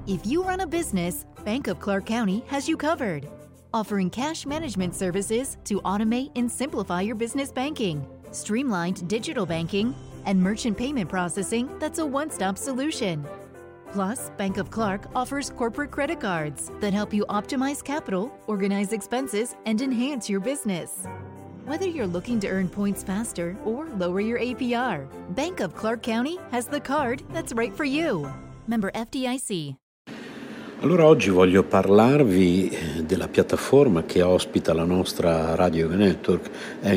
If you run a business, Bank of Clark County has you covered. Offering cash management services to automate and simplify your business banking, streamlined digital banking, and merchant payment processing that's a one-stop solution. Plus, Bank of Clark offers corporate credit cards that help you optimize capital, organize expenses, and enhance your business. Whether you're looking to earn points faster or lower your APR, Bank of Clark County has the card that's right for you. Member FDIC. Allora oggi voglio parlarvi della piattaforma che ospita la nostra radio network,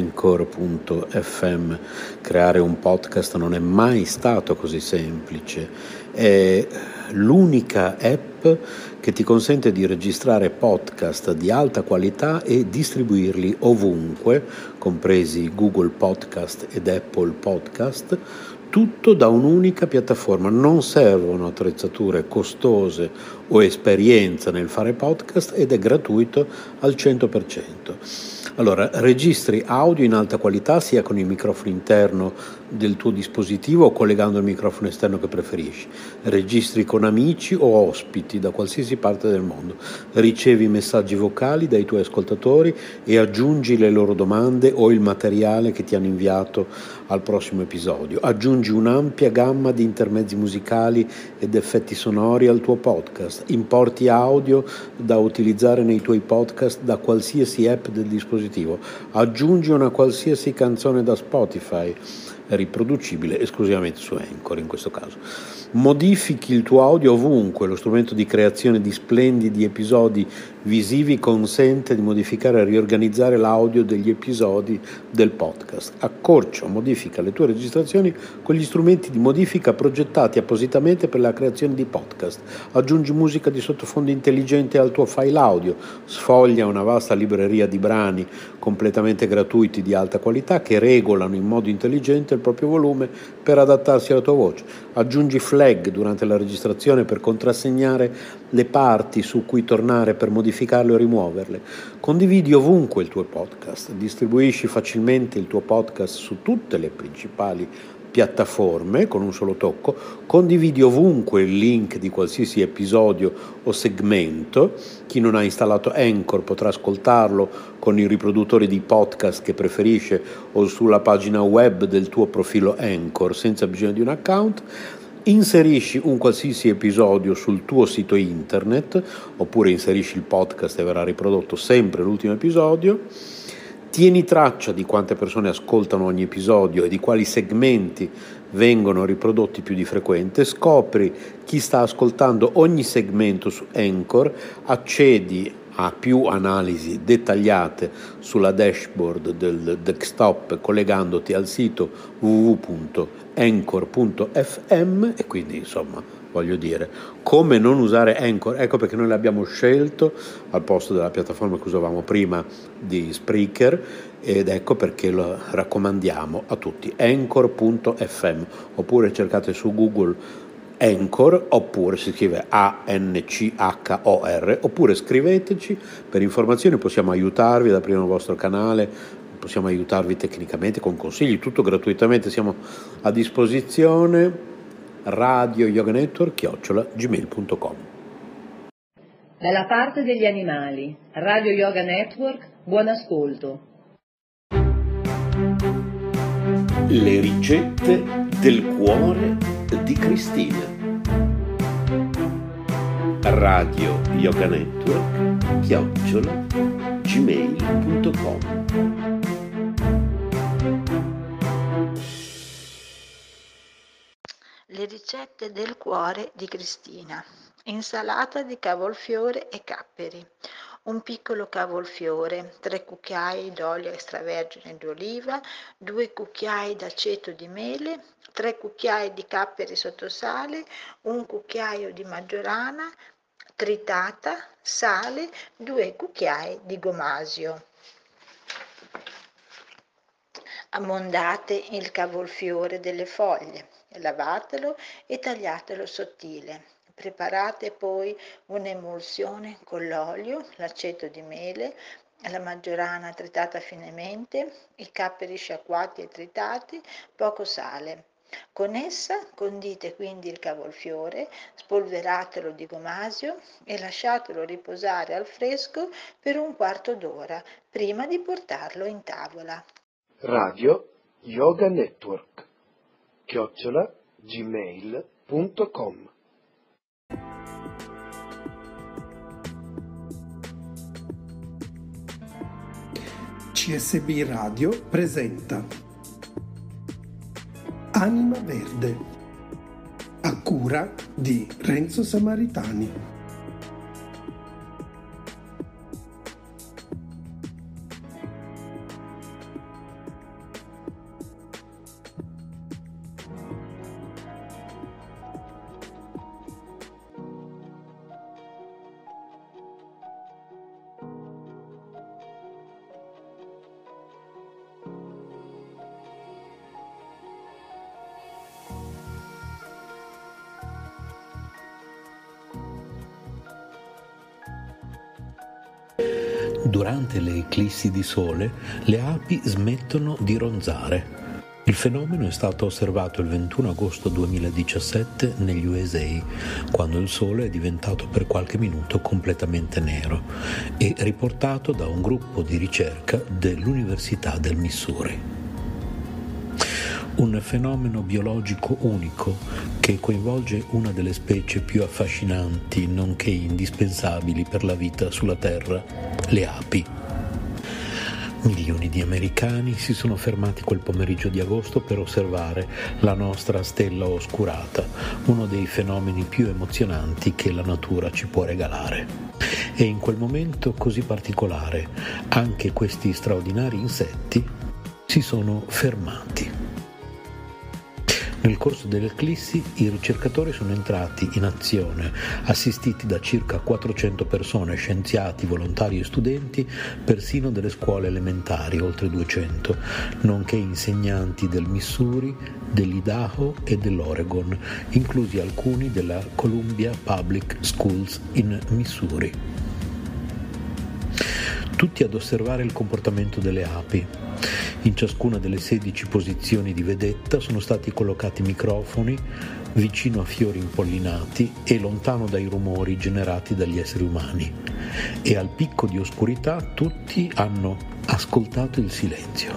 Anchor.fm. Creare un podcast non è mai stato così semplice. È l'unica app che ti consente di registrare podcast di alta qualità e distribuirli ovunque, compresi Google Podcast ed Apple Podcast, tutto da un'unica piattaforma. Non servono attrezzature costose o esperienza nel fare podcast ed è gratuito al 100%. Allora, registri audio in alta qualità sia con il microfono interno del tuo dispositivo o collegando il microfono esterno che preferisci. Registri con amici o ospiti da qualsiasi parte del mondo. Ricevi messaggi vocali dai tuoi ascoltatori e aggiungi le loro domande o il materiale che ti hanno inviato al prossimo episodio. Aggiungi un'ampia gamma di intermezzi musicali ed effetti sonori al tuo podcast. Importi audio da utilizzare nei tuoi podcast da qualsiasi app del dispositivo. Aggiungi una qualsiasi canzone da Spotify, riproducibile esclusivamente su Anchor in questo caso. Modifichi il tuo audio ovunque. Lo strumento di creazione di splendidi episodi visivi consente di modificare e riorganizzare l'audio degli episodi del podcast. Accorcia o modifica le tue registrazioni con gli strumenti di modifica progettati appositamente per la creazione di podcast. Aggiungi musica di sottofondo intelligente al tuo file audio. Sfoglia una vasta libreria di brani completamente gratuiti di alta qualità che regolano in modo intelligente il proprio volume per adattarsi alla tua voce. Aggiungi flag durante la registrazione per contrassegnare le parti su cui tornare per modificarle o rimuoverle. Condividi ovunque il tuo podcast. Distribuisci facilmente il tuo podcast su tutte le principali piattaforme con un solo tocco. Condividi ovunque il link di qualsiasi episodio o segmento. Chi non ha installato Anchor potrà ascoltarlo con i riproduttori di podcast che preferisce o sulla pagina web del tuo profilo Anchor senza bisogno di un account. Inserisci un qualsiasi episodio sul tuo sito internet oppure inserisci il podcast e verrà riprodotto sempre l'ultimo episodio. Tieni traccia di quante persone ascoltano ogni episodio e di quali segmenti vengono riprodotti più di frequente. Scopri chi sta ascoltando ogni segmento su Anchor, accedi a più analisi dettagliate sulla dashboard del desktop collegandoti al sito www.anchor.fm e quindi insomma voglio dire come non usare Anchor. Ecco perché noi l'abbiamo scelto al posto della piattaforma che usavamo prima di Spreaker ed ecco perché lo raccomandiamo a tutti. Anchor.fm oppure cercate su Google Anchor oppure si scrive Anchor oppure scriveteci per informazioni, possiamo aiutarvi ad aprire il vostro canale, possiamo aiutarvi tecnicamente con consigli, tutto gratuitamente, siamo a disposizione. Radio Yoga Network @gmail.com. Dalla parte degli animali, Radio Yoga Network, buon ascolto. Le ricette del cuore di Cristina. Radio Yoga Network @gmail.com. Le ricette del cuore di Cristina. Insalata di cavolfiore e capperi. Un piccolo cavolfiore, 3 cucchiai d'olio extravergine di oliva, 2 cucchiai d'aceto di mele, 3 cucchiai di capperi sottosale, 1 cucchiaio di maggiorana tritata, sale, 2 cucchiai di gomasio. Ammondate il cavolfiore delle foglie, lavatelo e tagliatelo sottile. Preparate poi un'emulsione con l'olio, l'aceto di mele, la maggiorana tritata finemente, i capperi sciacquati e tritati, poco sale. Con essa condite quindi il cavolfiore, spolveratelo di gomasio e lasciatelo riposare al fresco per un quarto d'ora prima di portarlo in tavola. Radio Yoga Network @gmail.com. CSB Radio presenta Anima Verde, a cura di Renzo Samaritani. Durante le eclissi di sole, le api smettono di ronzare. Il fenomeno è stato osservato il 21 agosto 2017 negli USA, quando il sole è diventato per qualche minuto completamente nero, e riportato da un gruppo di ricerca dell'Università del Missouri. Un fenomeno biologico unico che coinvolge una delle specie più affascinanti nonché indispensabili per la vita sulla Terra, le api. Milioni di americani si sono fermati quel pomeriggio di agosto per osservare la nostra stella oscurata, uno dei fenomeni più emozionanti che la natura ci può regalare. E in quel momento così particolare, anche questi straordinari insetti si sono fermati. Nel corso dell'eclissi i ricercatori sono entrati in azione, assistiti da circa 400 persone, scienziati, volontari e studenti, persino delle scuole elementari, oltre 200, nonché insegnanti del Missouri, dell'Idaho e dell'Oregon, inclusi alcuni della Columbia Public Schools in Missouri. Tutti ad osservare il comportamento delle api. In ciascuna delle 16 posizioni di vedetta sono stati collocati microfoni vicino a fiori impollinati e lontano dai rumori generati dagli esseri umani. E al picco di oscurità tutti hanno ascoltato il silenzio.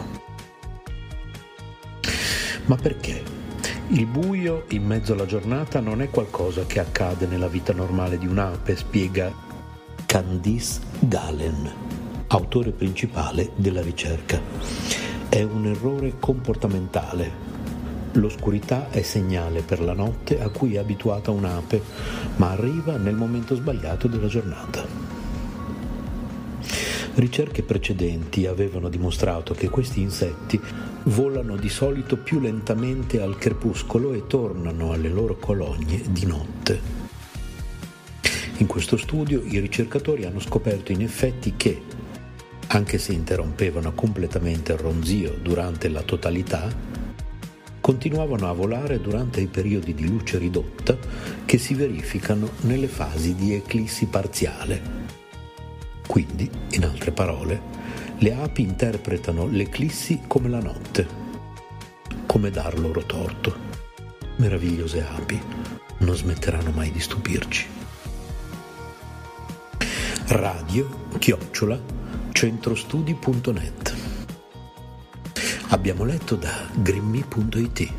Ma perché? Il buio in mezzo alla giornata non è qualcosa che accade nella vita normale di un'ape, spiega Candice Galen, autore principale della ricerca. È un errore comportamentale. L'oscurità è segnale per la notte a cui è abituata un'ape, ma arriva nel momento sbagliato della giornata. Ricerche precedenti avevano dimostrato che questi insetti volano di solito più lentamente al crepuscolo e tornano alle loro colonie di notte. In questo studio i ricercatori hanno scoperto in effetti che, anche se interrompevano completamente il ronzio durante la totalità, continuavano a volare durante i periodi di luce ridotta che si verificano nelle fasi di eclissi parziale. Quindi, in altre parole, le api interpretano l'eclissi come la notte. Come dar loro torto? Meravigliose api, non smetteranno mai di stupirci. radio@centrostudi.net. Abbiamo letto da greenme.it.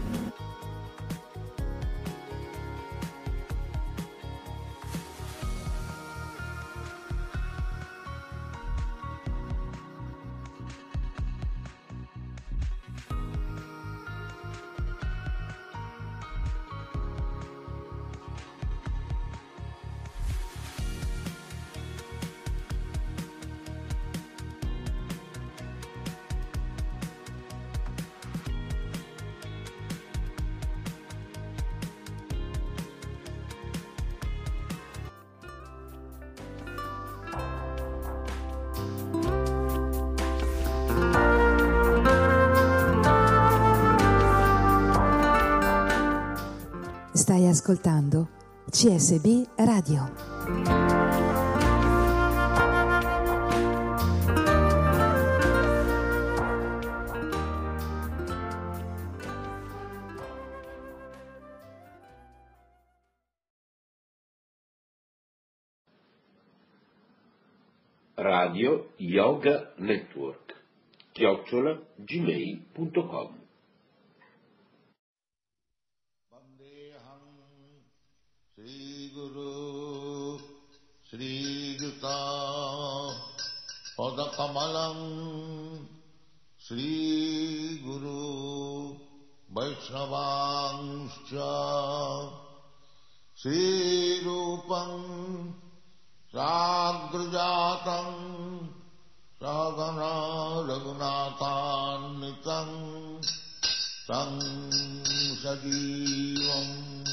Stai ascoltando CSB Radio. Radio Yoga Network @gmail.com. Sri Guru Sri Yuta Pada Kamalam Sri Guru Vaishnavanscha Sri Rupam Sagrajatam Sagana Raghunathannitam Tam Sajivam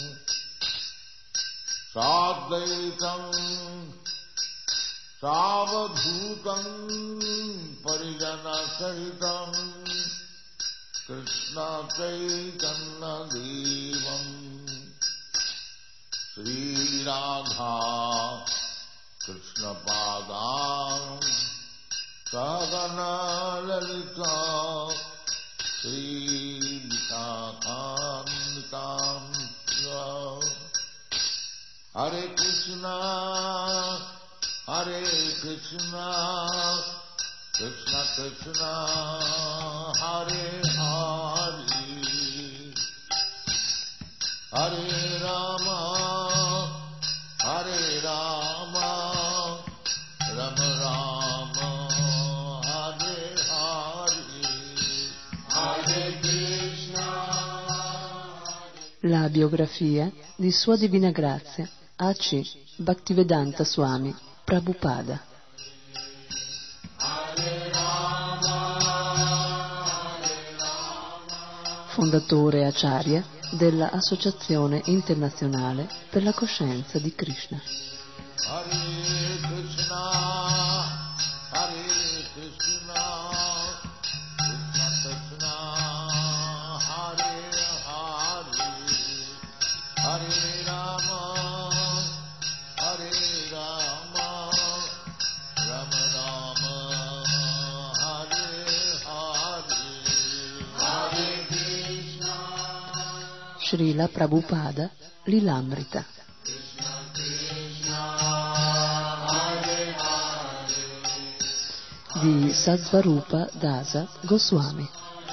Sadvaitam Savadhutam Parijana Sahitam Krishna Chaitanya Devam Sri Radha Krishna Padam Sagana Lalita Sri Vishakanitam Hare Krishna Krishna Krishna Hare Hare Hare Rama Rama Rama Hare Hare Hare Krishna. La biografia di Sua Divina Grazia A.C. Bhaktivedanta Swami Prabhupada. Fondatore Acharya della Associazione Internazionale per la Coscienza di Krishna. Hare Krishna, Krishna Krishna, Hare Hare, Hare Rama, Rama Rama, Hare Hare, Hare Krishna. Srila Prabhupada Lilamrita. Di Satsvarupa Dasa Goswami.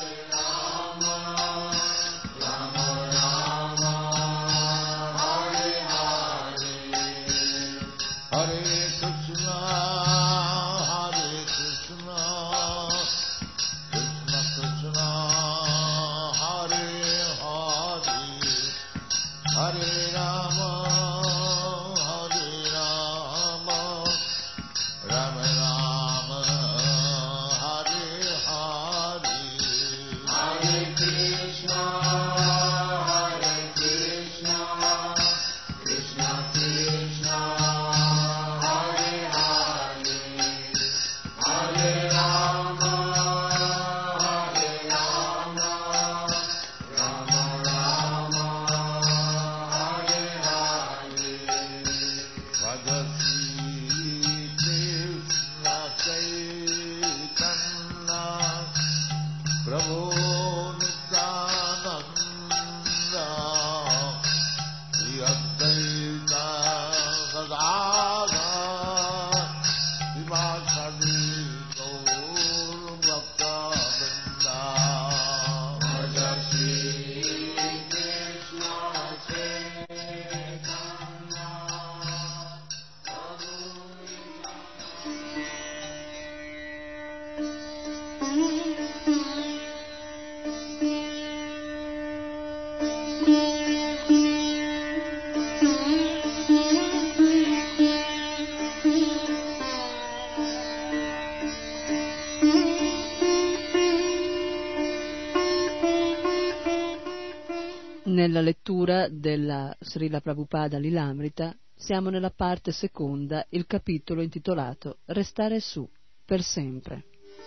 Nella lettura della Srila Prabhupada Lilamrita siamo nella parte seconda, il capitolo intitolato Restare su per sempre.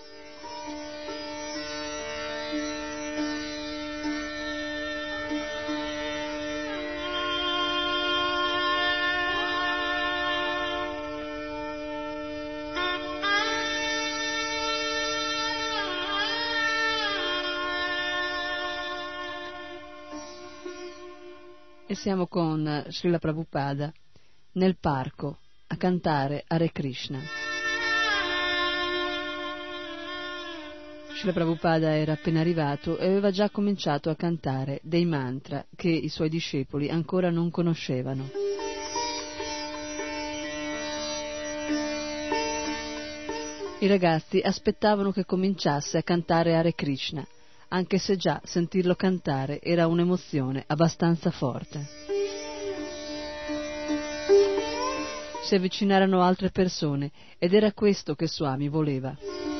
E siamo con Srila Prabhupada nel parco a cantare Hare Krishna. Srila Prabhupada era appena arrivato e aveva già cominciato a cantare dei mantra che i suoi discepoli ancora non conoscevano. I ragazzi aspettavano che cominciasse a cantare Hare Krishna, anche se già sentirlo cantare era un'emozione abbastanza forte. Si avvicinarono altre persone ed era questo che Swami voleva.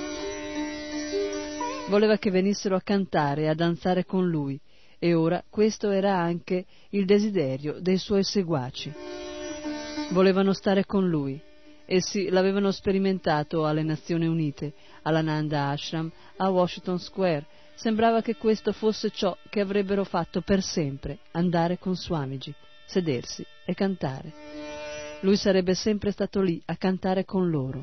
Voleva che venissero a cantare e a danzare con lui, e ora questo era anche il desiderio dei suoi seguaci. Volevano stare con lui. Essi l'avevano sperimentato alle Nazioni Unite, all'Ananda Ashram, a Washington Square. Sembrava che questo fosse ciò che avrebbero fatto per sempre, andare con Swamiji, sedersi e cantare. Lui sarebbe sempre stato lì a cantare con loro.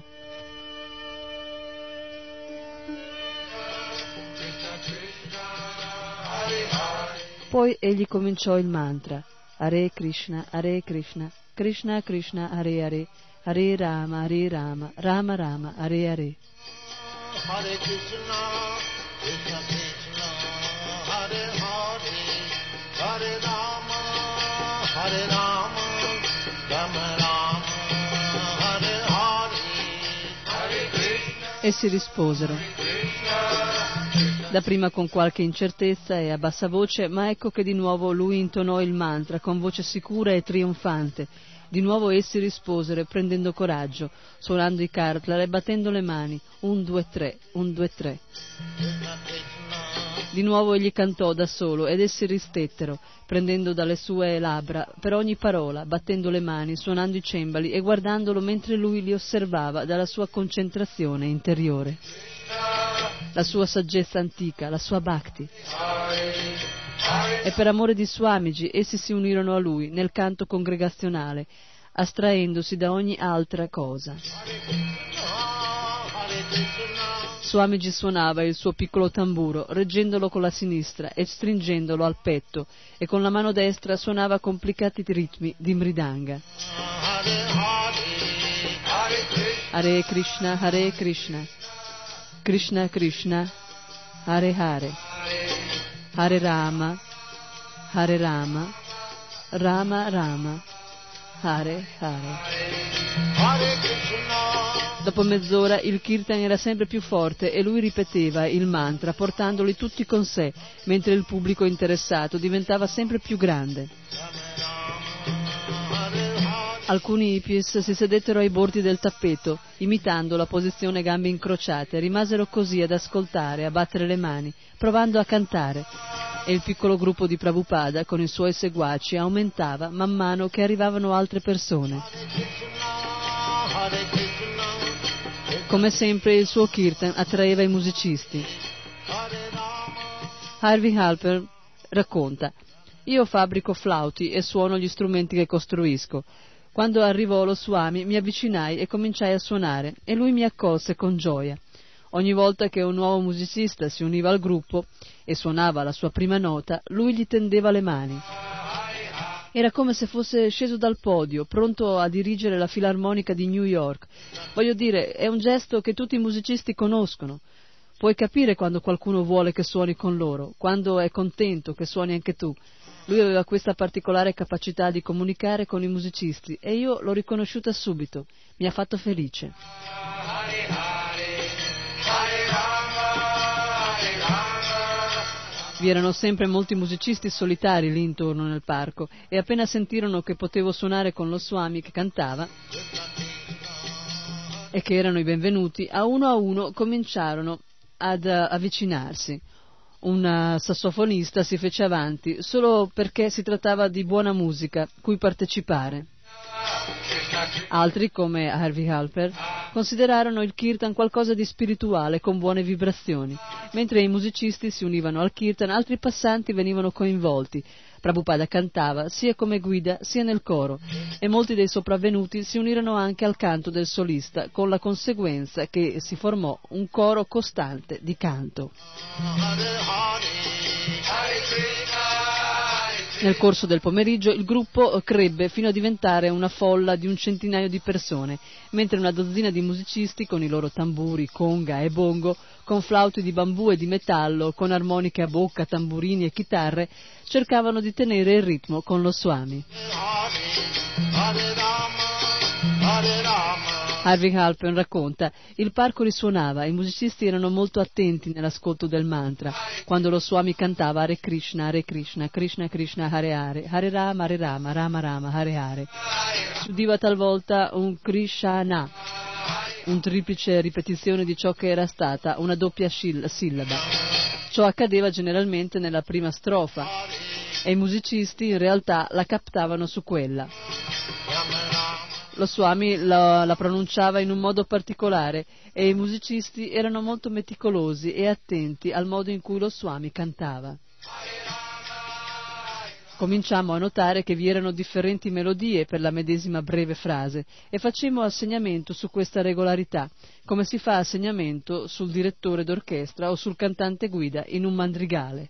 Poi egli cominciò il mantra Hare Krishna, Krishna Krishna, Hare Hare, Hare Rama, Rama Rama, Hare Hare. Hare Krishna, Krishna Krishna, Hare Hare, Hare Rama, Rama Rama, Hare Hare. Essi risposero, dapprima con qualche incertezza e a bassa voce, ma ecco che di nuovo lui intonò il mantra con voce sicura e trionfante. Di nuovo essi risposero prendendo coraggio, suonando i kartlar e battendo le mani, 1, 2, 3, 1, 2, 3. Di nuovo egli cantò da solo ed essi ristettero, prendendo dalle sue labbra per ogni parola, battendo le mani, suonando i cembali e guardandolo mentre lui li osservava dalla sua concentrazione interiore. La sua saggezza antica, la sua bhakti. E per amore di Swamiji essi si unirono a lui nel canto congregazionale, astraendosi da ogni altra cosa. Swamiji suonava il suo piccolo tamburo, reggendolo con la sinistra e stringendolo al petto, e con la mano destra suonava complicati ritmi di mridanga. Hare Krishna, Krishna Krishna, Hare Hare, Hare Rama, Rama Rama, Hare Hare. Dopo mezz'ora il kirtan era sempre più forte e lui ripeteva il mantra portandoli tutti con sé, mentre il pubblico interessato diventava sempre più grande. Alcuni hippies si sedettero ai bordi del tappeto, imitando la posizione gambe incrociate, rimasero così ad ascoltare, a battere le mani, provando a cantare, e il piccolo gruppo di Prabhupada con i suoi seguaci aumentava man mano che arrivavano altre persone. Come sempre il suo kirtan attraeva i musicisti. Harvey Halper racconta: io fabbrico flauti e suono gli strumenti che costruisco. Quando arrivò lo Swami mi avvicinai e cominciai a suonare e lui mi accolse con gioia. Ogni volta che un nuovo musicista si univa al gruppo e suonava la sua prima nota, lui gli tendeva le mani. Era come se fosse sceso dal podio, pronto a dirigere la filarmonica di New York. Voglio dire, è un gesto che tutti i musicisti conoscono. Puoi capire quando qualcuno vuole che suoni con loro, quando è contento che suoni anche tu. Lui aveva questa particolare capacità di comunicare con i musicisti e io l'ho riconosciuta subito. Mi ha fatto felice. Vi erano sempre molti musicisti solitari lì intorno nel parco e appena sentirono che potevo suonare con lo Swami che cantava e che erano i benvenuti, a uno cominciarono ad avvicinarsi. Un sassofonista si fece avanti solo perché si trattava di buona musica cui partecipare. Altri, come Harvey Halper, considerarono il kirtan qualcosa di spirituale con buone vibrazioni. Mentre i musicisti si univano al kirtan, altri passanti venivano coinvolti. Prabhupada cantava sia come guida sia nel coro e molti dei sopravvenuti si unirono anche al canto del solista, con la conseguenza che si formò un coro costante di canto. Nel corso del pomeriggio il gruppo crebbe fino a diventare una folla di un centinaio di persone, mentre una dozzina di musicisti con i loro tamburi, conga e bongo, con flauti di bambù e di metallo, con armoniche a bocca, tamburini e chitarre, cercavano di tenere il ritmo con lo Swami. Harvey Halpern racconta: il parco risuonava, i musicisti erano molto attenti nell'ascolto del mantra. Quando lo Swami cantava Hare Krishna, Krishna Krishna, Hare Hare, Hare Rama, Rama Rama, Hare Hare, si udiva talvolta un Krishna, un triplice ripetizione di ciò che era stata una doppia sillaba. Ciò accadeva generalmente nella prima strofa e i musicisti in realtà la captavano su quella. Lo Swami la pronunciava in un modo particolare e i musicisti erano molto meticolosi e attenti al modo in cui lo Swami cantava. Cominciammo a notare che vi erano differenti melodie per la medesima breve frase e facemmo assegnamento su questa regolarità, come si fa assegnamento sul direttore d'orchestra o sul cantante guida in un mandrigale.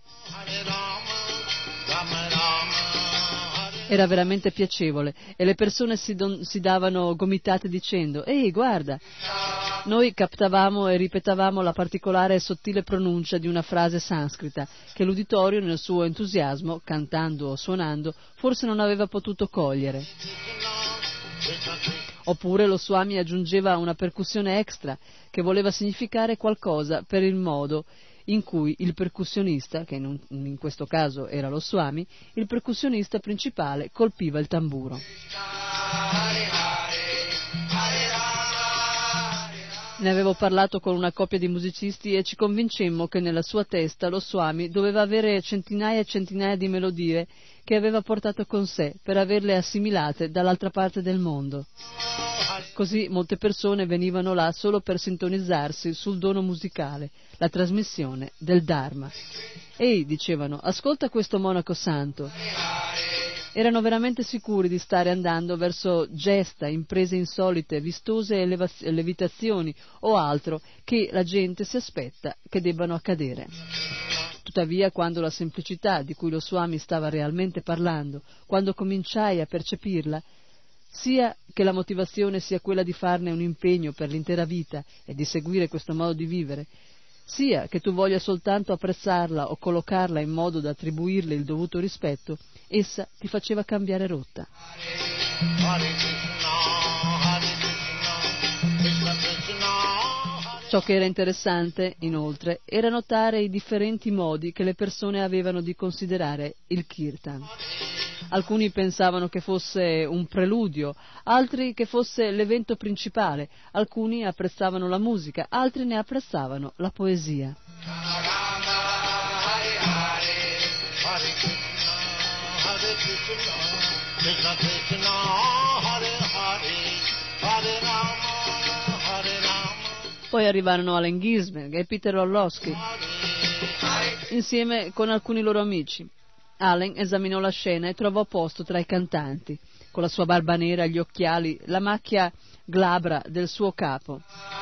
Era veramente piacevole e le persone si davano gomitate dicendo: «Ehi, guarda!». Noi captavamo e ripetavamo la particolare e sottile pronuncia di una frase sanscrita che l'uditorio, nel suo entusiasmo, cantando o suonando, forse non aveva potuto cogliere. Oppure lo Swami aggiungeva una percussione extra che voleva significare qualcosa per il modo in cui il percussionista, che in questo caso era lo Swami, il percussionista principale colpiva il tamburo. Ne avevo parlato con una coppia di musicisti e ci convincemmo che nella sua testa lo Swami doveva avere centinaia e centinaia di melodie che aveva portato con sé per averle assimilate dall'altra parte del mondo. Così molte persone venivano là solo per sintonizzarsi sul dono musicale, la trasmissione del Dharma. «Ehi», dicevano, «ascolta questo monaco santo». Erano veramente sicuri di stare andando verso gesta, imprese insolite, vistose levitazioni o altro che la gente si aspetta che debbano accadere. Tuttavia, quando la semplicità di cui lo Swami stava realmente parlando, quando cominciai a percepirla, sia che la motivazione sia quella di farne un impegno per l'intera vita e di seguire questo modo di vivere, sia che tu voglia soltanto apprezzarla o collocarla in modo da attribuirle il dovuto rispetto, essa ti faceva cambiare rotta. Ciò che era interessante, inoltre, era notare i differenti modi che le persone avevano di considerare il Kirtan. Alcuni pensavano che fosse un preludio, altri che fosse l'evento principale, alcuni apprezzavano la musica, altri ne apprezzavano la poesia. Poi arrivarono Allen Ginsberg e Peter Orlowski, insieme con alcuni loro amici. Allen esaminò la scena e trovò posto tra i cantanti, con la sua barba nera, gli occhiali, la macchia glabra del suo capo.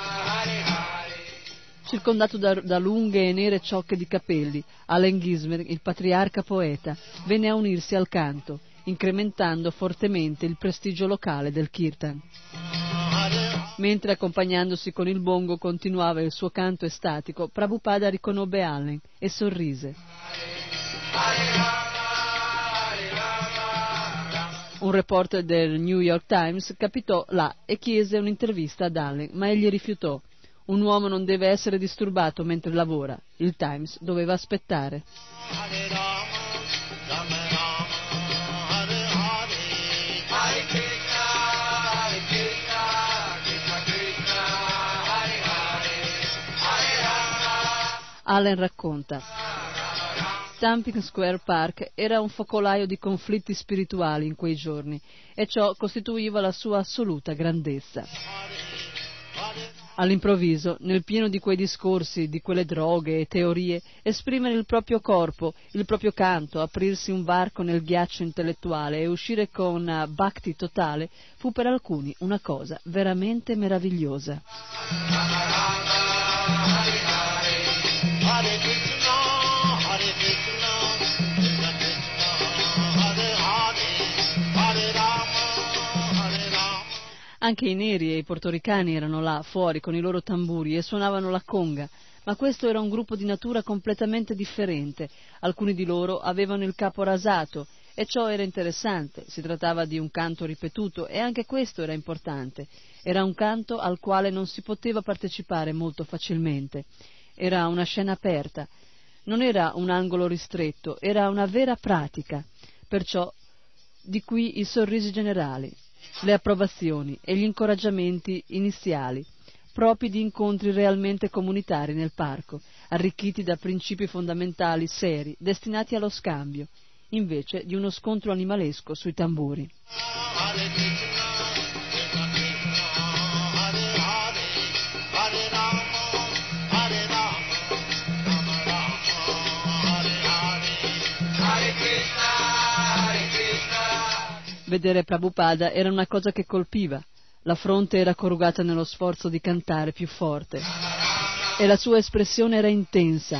Circondato da lunghe e nere ciocche di capelli, Allen Ginsberg, il patriarca poeta, venne a unirsi al canto, incrementando fortemente il prestigio locale del Kirtan. Mentre, accompagnandosi con il bongo, continuava il suo canto estatico, Prabhupada riconobbe Allen e sorrise. Un reporter del New York Times capitò là e chiese un'intervista ad Allen, ma egli rifiutò. Un uomo non deve essere disturbato mentre lavora. Il Times doveva aspettare. Allen racconta: Stamping Square Park era un focolaio di conflitti spirituali in quei giorni e ciò costituiva la sua assoluta grandezza. All'improvviso, nel pieno di quei discorsi, di quelle droghe e teorie, esprimere il proprio corpo, il proprio canto, aprirsi un varco nel ghiaccio intellettuale e uscire con bhakti totale fu per alcuni una cosa veramente meravigliosa. Anche i neri e i portoricani erano là, fuori, con i loro tamburi e suonavano la conga, ma questo era un gruppo di natura completamente differente. Alcuni di loro avevano il capo rasato, e ciò era interessante. Si trattava di un canto ripetuto, e anche questo era importante. Era un canto al quale non si poteva partecipare molto facilmente. Era una scena aperta, non era un angolo ristretto, era una vera pratica. Perciò di qui i sorrisi generali, le approvazioni e gli incoraggiamenti iniziali, propri di incontri realmente comunitari nel parco, arricchiti da principi fondamentali seri, destinati allo scambio, invece di uno scontro animalesco sui tamburi. Vedere Prabhupada era una cosa che colpiva. La fronte era corrugata nello sforzo di cantare più forte e la sua espressione era intensa.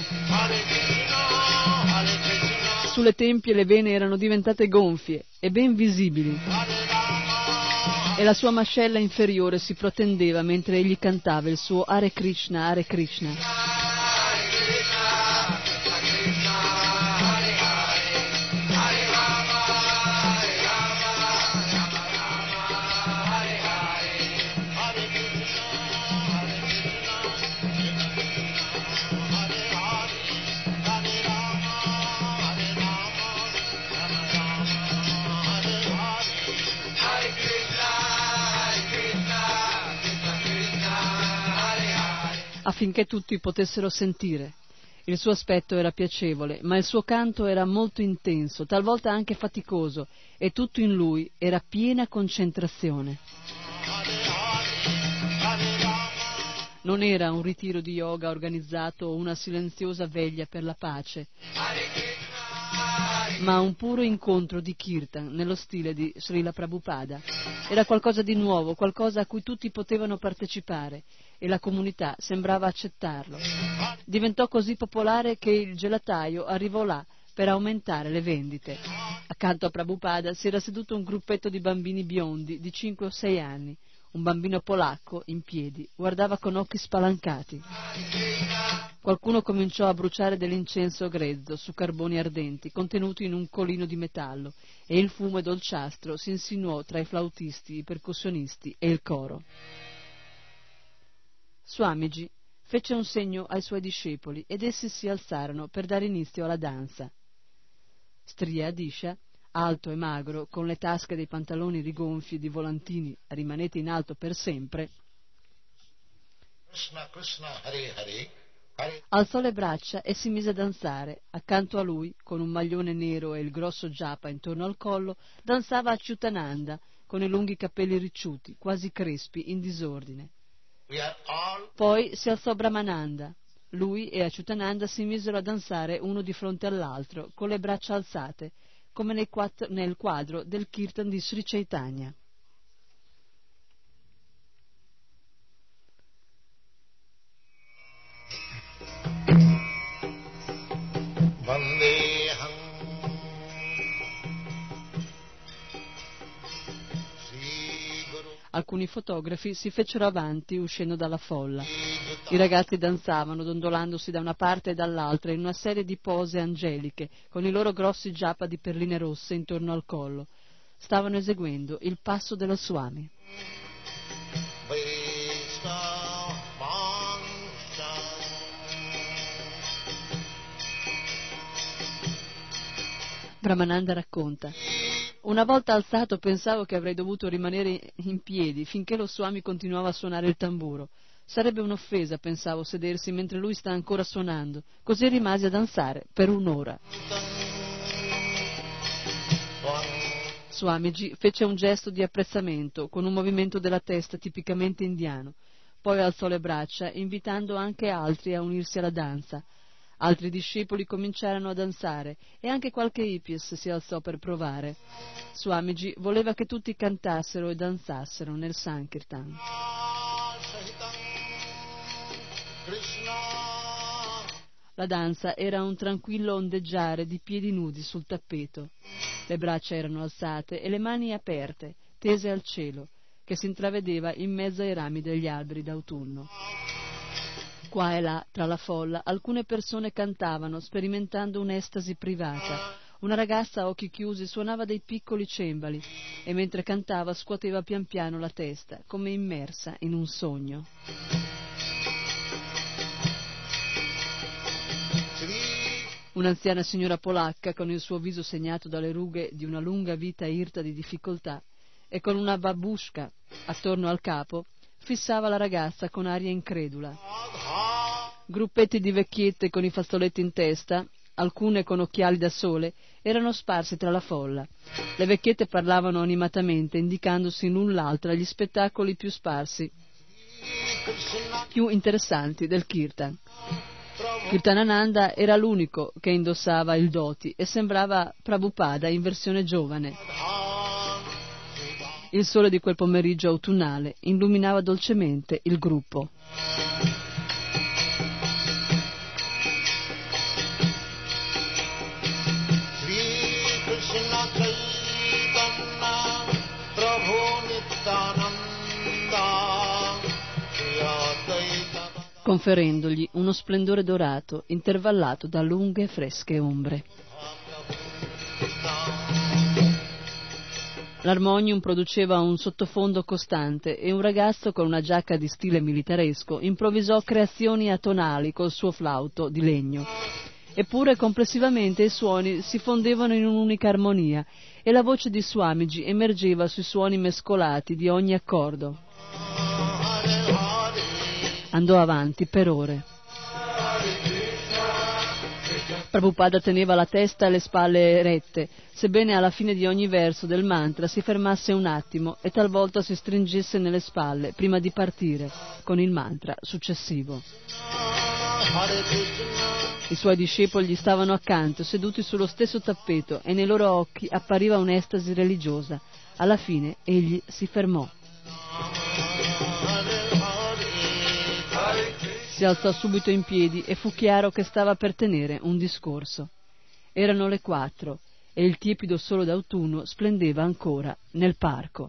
Sulle tempie le vene erano diventate gonfie e ben visibili e la sua mascella inferiore si protendeva mentre egli cantava il suo Hare Krishna, Hare Krishna. Affinché tutti potessero sentire. Il suo aspetto era piacevole, ma il suo canto era molto intenso, talvolta anche faticoso, e tutto in lui era piena concentrazione. Non era un ritiro di yoga organizzato o una silenziosa veglia per la pace, ma un puro incontro di kirtan nello stile di Srila Prabhupada. Era qualcosa di nuovo, qualcosa a cui tutti potevano partecipare e la comunità sembrava accettarlo. Diventò così popolare che il gelataio arrivò là per aumentare le vendite. Accanto a Prabhupada si era seduto un gruppetto di bambini biondi di 5 o 6 anni. Un bambino polacco, in piedi, guardava con occhi spalancati. Qualcuno cominciò a bruciare dell'incenso grezzo su carboni ardenti contenuti in un colino di metallo e il fumo dolciastro si insinuò tra i flautisti, i percussionisti e il coro. Swamiji fece un segno ai suoi discepoli ed essi si alzarono per dare inizio alla danza. Striadisha, alto e magro, con le tasche dei pantaloni rigonfi di volantini rimanete in alto per sempre, Krishna, Krishna, Hare Hare, Hare. Alzò le braccia e si mise a danzare. Accanto a lui, con un maglione nero e il grosso japa intorno al collo, danzava Achyutananda, con i lunghi capelli ricciuti, quasi crespi, in disordine. Poi si alzò Brahmananda. Lui e Achyutananda si misero a danzare uno di fronte all'altro, con le braccia alzate, come nel quadro del Kirtan di Sri Chaitanya. Alcuni fotografi si fecero avanti uscendo dalla folla. I ragazzi danzavano, dondolandosi da una parte e dall'altra in una serie di pose angeliche, con i loro grossi japa di perline rosse intorno al collo. Stavano eseguendo il passo dello Swami. Brahmananda racconta: una volta alzato pensavo che avrei dovuto rimanere in piedi finché lo Swami continuava a suonare il tamburo. Sarebbe un'offesa, pensavo, sedersi mentre lui sta ancora suonando. Così rimasi a danzare per un'ora. Swamiji fece un gesto di apprezzamento con un movimento della testa tipicamente indiano. Poi alzò le braccia, invitando anche altri a unirsi alla danza. Altri discepoli cominciarono a danzare e anche qualche hippies si alzò per provare. Swamiji voleva che tutti cantassero e danzassero nel Sankirtan. La danza era un tranquillo ondeggiare di piedi nudi sul tappeto. Le braccia erano alzate e le mani aperte, tese al cielo. che si intravedeva in mezzo ai rami degli alberi d'autunno. Qua e là, tra la folla, alcune persone cantavano, sperimentando un'estasi privata. Una ragazza a occhi chiusi suonava dei piccoli cembali e mentre cantava scuoteva pian piano la testa, come immersa in un sogno. Un'anziana signora polacca, con il suo viso segnato dalle rughe di una lunga vita irta di difficoltà e con una babushka attorno al capo, fissava la ragazza con aria incredula. Gruppetti di vecchiette con i fazzoletti in testa, alcune con occhiali da sole, erano sparsi tra la folla. Le vecchiette parlavano animatamente, indicandosi l'un l'altra gli spettacoli più sparsi, più interessanti del kirtan. Kirtanananda era l'unico che indossava il dhoti e sembrava Prabhupada in versione giovane. Il sole di quel pomeriggio autunnale illuminava dolcemente il gruppo. Conferendogli uno splendore dorato intervallato da lunghe e fresche ombre. L'armonium produceva un sottofondo costante e un ragazzo con una giacca di stile militaresco improvvisò creazioni atonali col suo flauto di legno. Eppure complessivamente i suoni si fondevano in un'unica armonia e la voce di Swamiji emergeva sui suoni mescolati di ogni accordo. Andò avanti per ore. Prabhupada teneva la testa e le spalle rette, sebbene alla fine di ogni verso del mantra si fermasse un attimo e talvolta si stringesse nelle spalle prima di partire con il mantra successivo. I suoi discepoli gli stavano accanto, seduti sullo stesso tappeto, e nei loro occhi appariva un'estasi religiosa. Alla fine egli si fermò. Si alzò subito in piedi e fu chiaro che stava per tenere un discorso. Erano le 4 e il tiepido sole d'autunno splendeva ancora nel parco.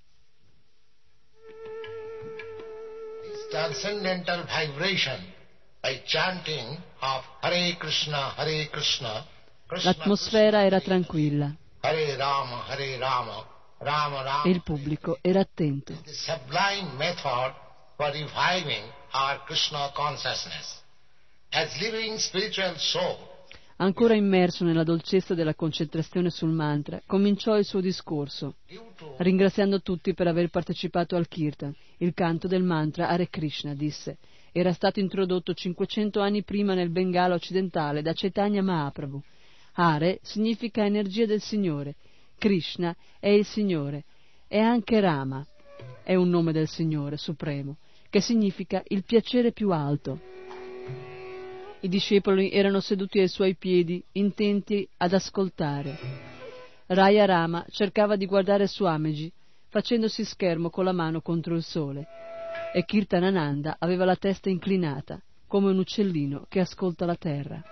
This transcendental vibration by chanting of Hare Krishna, Krishna, L'atmosfera era tranquilla Hare Rama, Rama, Rama. E il pubblico era attento. The sublime method for reviving our Krishna consciousness. As living spiritual soul, Ancora immerso nella dolcezza della concentrazione sul mantra, cominciò il suo discorso, ringraziando tutti per aver partecipato al Kirtan. Il canto del mantra Hare Krishna, disse, era stato introdotto 500 anni prima nel Bengala occidentale da Chaitanya Mahaprabhu. Hare significa energia del Signore, Krishna è il Signore, e anche Rama è un nome del Signore Supremo, che significa il piacere più alto. I discepoli erano seduti ai suoi piedi, intenti ad ascoltare. Raya Rama cercava di guardare Swamiji, facendosi schermo con la mano contro il sole, e Kirtanananda aveva la testa inclinata, come un uccellino che ascolta la terra.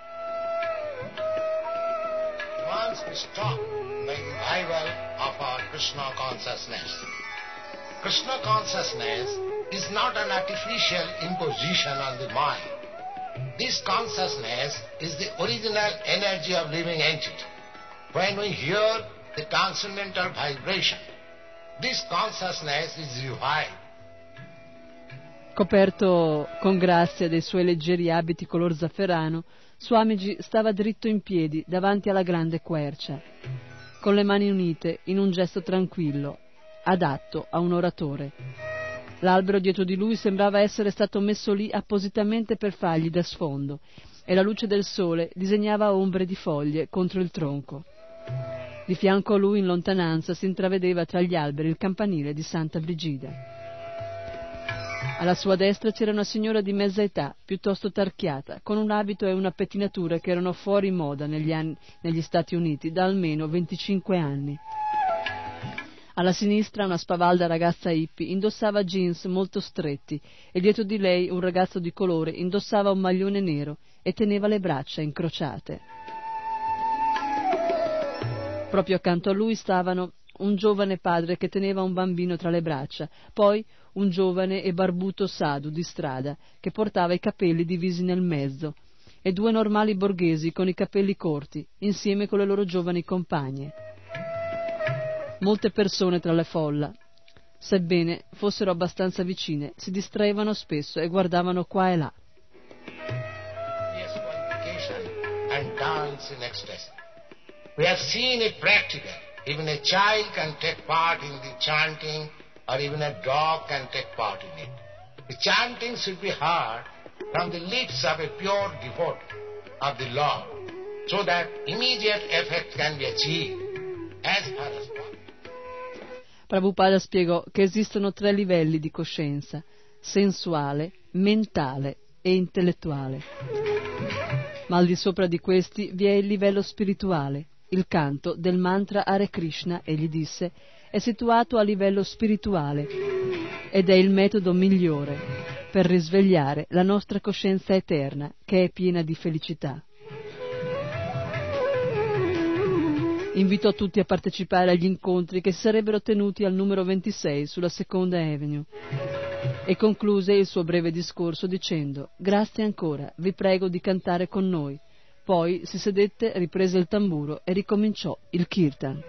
once we stop the revival of our Krishna consciousness. Krishna consciousness is not an artificial imposition on the mind. This consciousness is the original energy of living entity. When we hear the transcendental vibration, this consciousness is revived. Coperto con grazia dei suoi leggeri abiti color zafferano, Swamiji stava dritto in piedi davanti alla grande quercia, con le mani unite in un gesto tranquillo, adatto a un oratore. L'albero dietro di lui sembrava essere stato messo lì appositamente per fargli da sfondo, e la luce del sole disegnava ombre di foglie contro il tronco. Di fianco a lui, in lontananza, si intravedeva tra gli alberi il campanile di Santa Brigida. Alla sua destra c'era una signora di mezza età, piuttosto tarchiata, con un abito e una pettinatura che erano fuori moda negli Stati Uniti da almeno 25 anni. Alla sinistra una spavalda ragazza hippie indossava jeans molto stretti e dietro di lei un ragazzo di colore indossava un maglione nero e teneva le braccia incrociate. Proprio accanto a lui stavano un giovane padre che teneva un bambino tra le braccia, poi un giovane e barbuto sadhu di strada che portava i capelli divisi nel mezzo, e due normali borghesi con i capelli corti, insieme con le loro giovani compagne. Molte persone tra la folla, sebbene fossero abbastanza vicine, si distraevano spesso e guardavano qua e là. And dance in ecstasy. We have seen it practical. Even a child can take part in the chanting, or even a dog can take part in it. The chanting should be heard from the lips of a pure devotee of the Lord, so that immediate effect can be achieved as far as possible. Prabhupada spiegò che esistono 3 livelli di coscienza: sensuale, mentale e intellettuale. Ma al di sopra di questi vi è il livello spirituale. Il canto del mantra Hare Krishna, egli disse, è situato a livello spirituale ed è il metodo migliore per risvegliare la nostra coscienza eterna, che è piena di felicità. Invitò tutti a partecipare agli incontri che si sarebbero tenuti al numero 26 sulla Seconda Avenue e concluse il suo breve discorso dicendo: «Grazie ancora, vi prego di cantare con noi». Poi si sedette, riprese il tamburo e ricominciò il kirtan.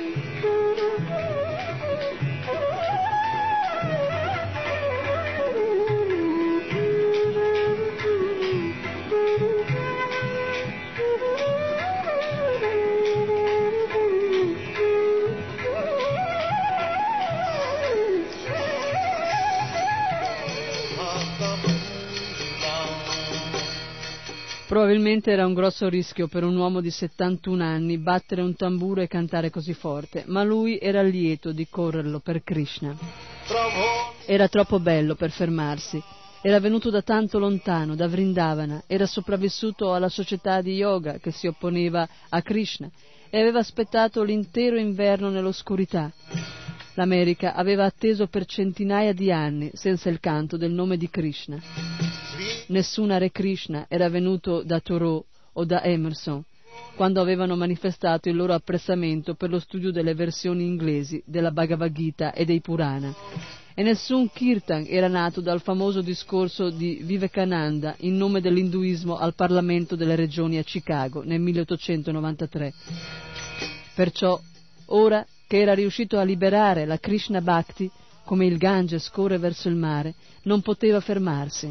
Probabilmente era un grosso rischio per un uomo di 71 anni battere un tamburo e cantare così forte, ma lui era lieto di correrlo per Krishna. Era troppo bello per fermarsi. Era venuto da tanto lontano, da Vrindavana, era sopravvissuto alla società di yoga che si opponeva a Krishna e aveva aspettato l'intero inverno nell'oscurità. L'America aveva atteso per centinaia di anni senza il canto del nome di Krishna. Nessun Hare Krishna era venuto da Thoreau o da Emerson quando avevano manifestato il loro apprezzamento per lo studio delle versioni inglesi della Bhagavad Gita e dei Purana, e nessun kirtan era nato dal famoso discorso di Vivekananda in nome dell'induismo al Parlamento delle Regioni a Chicago nel 1893. Perciò, ora che era riuscito a liberare la Krishna Bhakti, come il Gange scorre verso il mare, non poteva fermarsi.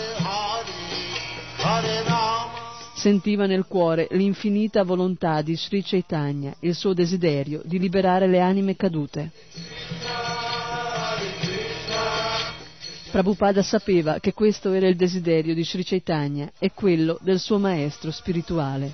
Sentiva nel cuore l'infinita volontà di Sri Chaitanya, il suo desiderio di liberare le anime cadute. Prabhupada sapeva che questo era il desiderio di Sri Chaitanya e quello del suo maestro spirituale.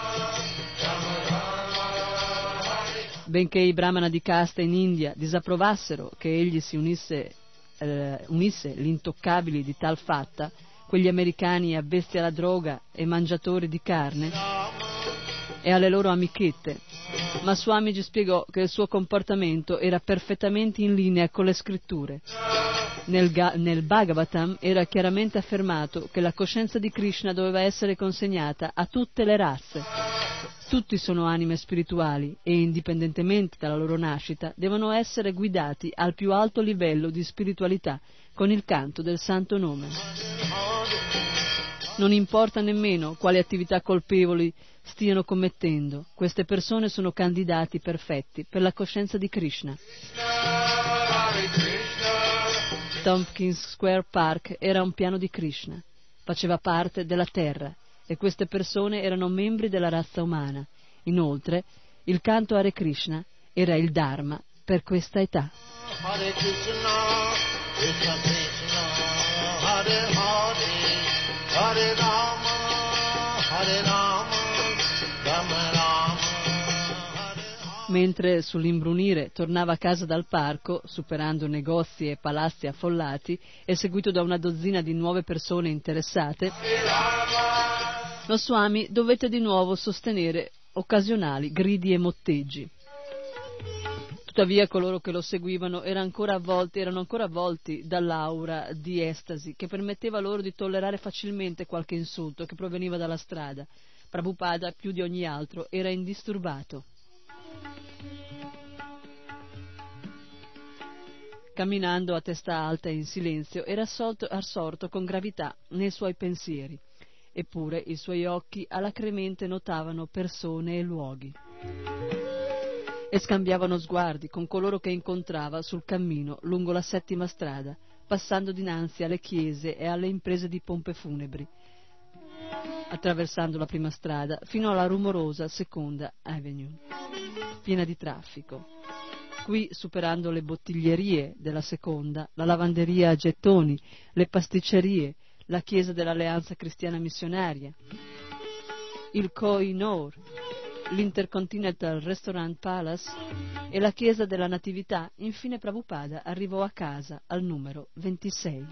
Benché i brahmana di casta in India disapprovassero che egli si unisse gli intoccabili di tal fatta, quegli americani avvesti alla droga e mangiatori di carne, e alle loro amichette, ma Swamiji spiegò che il suo comportamento era perfettamente in linea con le scritture. Nel Bhagavatam era chiaramente affermato che la coscienza di Krishna doveva essere consegnata a tutte le razze. Tutti sono anime spirituali e, indipendentemente dalla loro nascita, devono essere guidati al più alto livello di spiritualità con il canto del santo nome. Non importa nemmeno quali attività colpevoli stiano commettendo, queste persone sono candidati perfetti per la coscienza di Krishna. Tompkins Square Park era un piano di Krishna, faceva parte della terra e queste persone erano membri della razza umana. Inoltre, il canto Hare Krishna era il Dharma per questa età. Hare Krishna, Krishna Krishna, Hare Hare, Hare Rama, Hare Rama, Rama Rama. Mentre sull'imbrunire tornava a casa dal parco, superando negozi e palazzi affollati e seguito da una dozzina di nuove persone interessate, lo Swami dovette di nuovo sostenere occasionali gridi e motteggi. Tuttavia coloro che lo seguivano erano ancora avvolti dall'aura di estasi che permetteva loro di tollerare facilmente qualche insulto che proveniva dalla strada. Prabhupada, più di ogni altro, era indisturbato. Camminando a testa alta e in silenzio, era assorto con gravità nei suoi pensieri, eppure i suoi occhi alacremente notavano persone e luoghi e scambiavano sguardi con coloro che incontrava sul cammino lungo la 7ª strada, passando dinanzi alle chiese e alle imprese di pompe funebri, attraversando la prima strada fino alla rumorosa 2nd Avenue, piena di traffico. Qui, superando le bottiglierie della seconda, la lavanderia a gettoni, le pasticcerie, la chiesa dell'Alleanza Cristiana Missionaria, il Koh-i-Noor, l'Intercontinental Restaurant Palace e la chiesa della Natività, infine Prabhupada arrivò a casa al numero 26.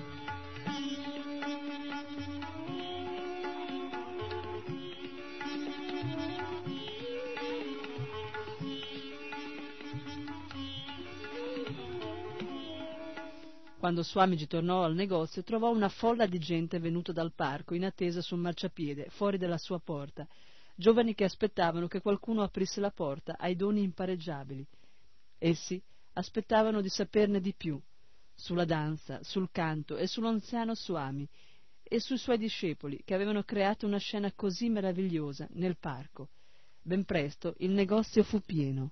Quando Swamiji tornò al negozio, trovò una folla di gente venuta dal parco in attesa sul marciapiede, fuori della sua porta, giovani che aspettavano che qualcuno aprisse la porta ai doni impareggiabili. Essi aspettavano di saperne di più, sulla danza, sul canto e sull'anziano Swami e sui suoi discepoli che avevano creato una scena così meravigliosa nel parco. Ben presto il negozio fu pieno.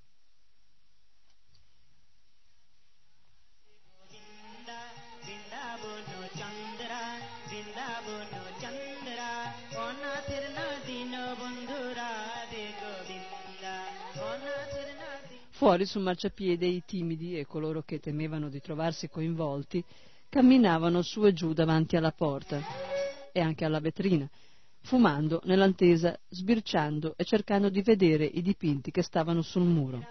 Fuori sul marciapiede i timidi e coloro che temevano di trovarsi coinvolti camminavano su e giù davanti alla porta e anche alla vetrina, fumando nell'attesa, sbirciando e cercando di vedere i dipinti che stavano sul muro.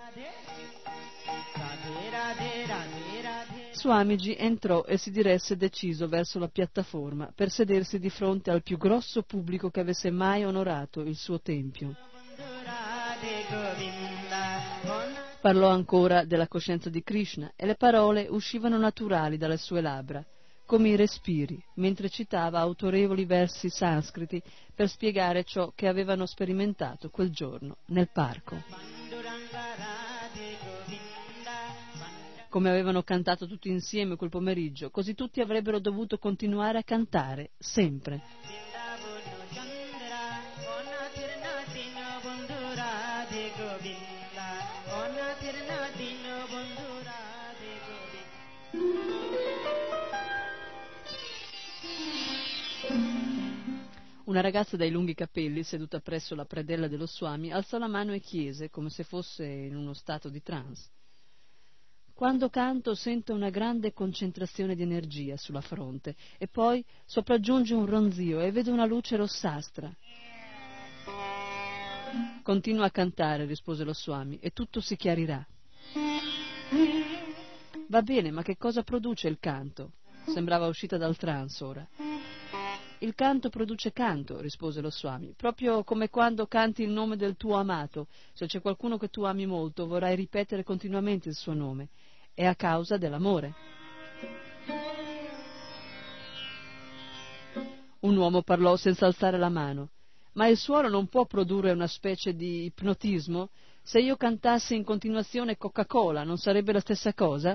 Swamiji entrò e si diresse deciso verso la piattaforma per sedersi di fronte al più grosso pubblico che avesse mai onorato il suo tempio. Parlò ancora della coscienza di Krishna e le parole uscivano naturali dalle sue labbra, come i respiri, mentre citava autorevoli versi sanscriti per spiegare ciò che avevano sperimentato quel giorno nel parco. Come avevano cantato tutti insieme quel pomeriggio, così tutti avrebbero dovuto continuare a cantare, sempre. Una ragazza dai lunghi capelli, seduta presso la predella dello Swami, alzò la mano e chiese, come se fosse in uno stato di trance: «Quando canto sento una grande concentrazione di energia sulla fronte e poi sopraggiunge un ronzio e vedo una luce rossastra». «Continua a cantare», rispose lo Swami, «e tutto si chiarirà». «Va bene, ma che cosa produce il canto?» Sembrava uscita dal trance ora. «Il canto produce canto», rispose lo Swami, «proprio come quando canti il nome del tuo amato. Se c'è qualcuno che tu ami molto, vorrai ripetere continuamente il suo nome. È a causa dell'amore». Un uomo parlò senza alzare la mano: «Ma il suono non può produrre una specie di ipnotismo? Se io cantassi in continuazione Coca-Cola, non sarebbe la stessa cosa?»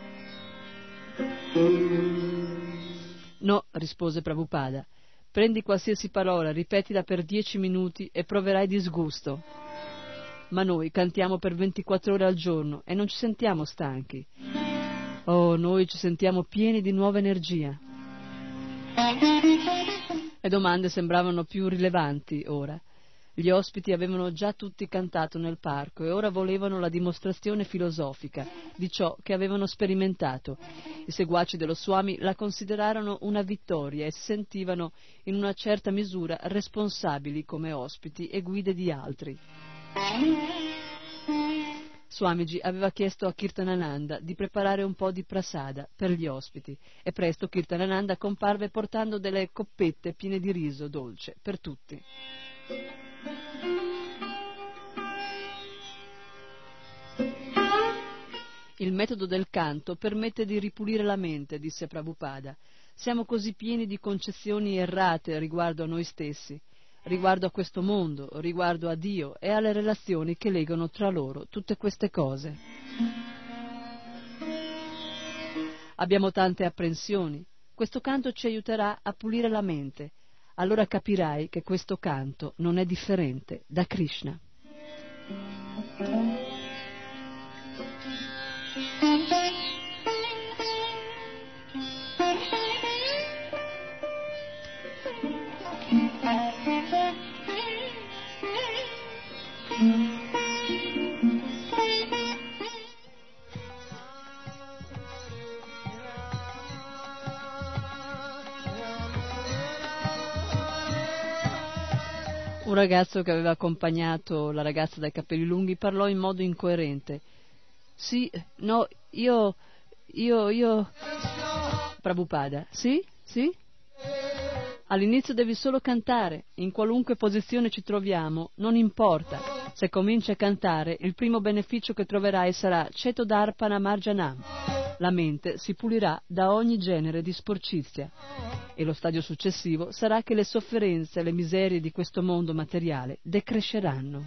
«No», rispose Prabhupada, «prendi qualsiasi parola, ripetila per 10 minuti e proverai disgusto. Ma noi cantiamo per 24 ore al giorno e non ci sentiamo stanchi. Oh, noi ci sentiamo pieni di nuova energia». Le domande sembravano più rilevanti ora. Gli ospiti avevano già tutti cantato nel parco e ora volevano la dimostrazione filosofica di ciò che avevano sperimentato. I seguaci dello Swami la considerarono una vittoria e si sentivano in una certa misura responsabili come ospiti e guide di altri. Swamiji aveva chiesto a Kirtanananda di preparare un po' di prasada per gli ospiti e presto Kirtanananda comparve portando delle coppette piene di riso dolce per tutti. «Il metodo del canto permette di ripulire la mente», disse Prabhupada. «Siamo così pieni di concezioni errate riguardo a noi stessi, riguardo a questo mondo, riguardo a Dio e alle relazioni che legano tra loro tutte queste cose». abbiamo tante apprensioni. Questo canto ci aiuterà a pulire la mente. Allora capirai che questo canto non è differente da Krishna. Un ragazzo che aveva accompagnato la ragazza dai capelli lunghi parlò in modo incoerente. Sì, no, io... Prabhupada, sì? All'inizio devi solo cantare, in qualunque posizione ci troviamo, non importa. Se cominci a cantare, il primo beneficio che troverai sarà Cetodarpana Marjanam. La mente si pulirà da ogni genere di sporcizia. E lo stadio successivo sarà che le sofferenze e le miserie di questo mondo materiale decresceranno.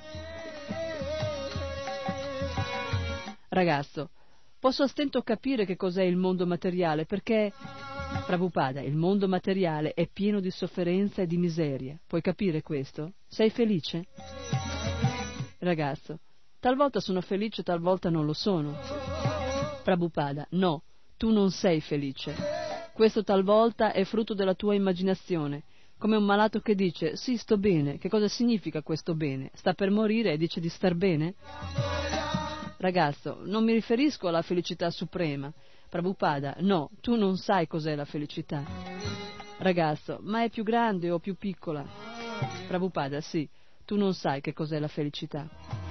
Ragazzo, posso a stento capire che cos'è il mondo materiale, perché, Prabhupada, il mondo materiale è pieno di sofferenza e di miseria. Puoi capire questo? Sei felice? Ragazzo, talvolta sono felice, talvolta non lo sono. Prabhupada, no, tu non sei felice. Questo talvolta è frutto della tua immaginazione, come un malato che dice, sì, sto bene. Che cosa significa questo bene? Sta per morire e dice di star bene? Ragazzo, non mi riferisco alla felicità suprema. Prabhupada, no, tu non sai cos'è la felicità. Ragazzo, ma è più grande o più piccola? Prabhupada, sì, tu non sai che cos'è la felicità.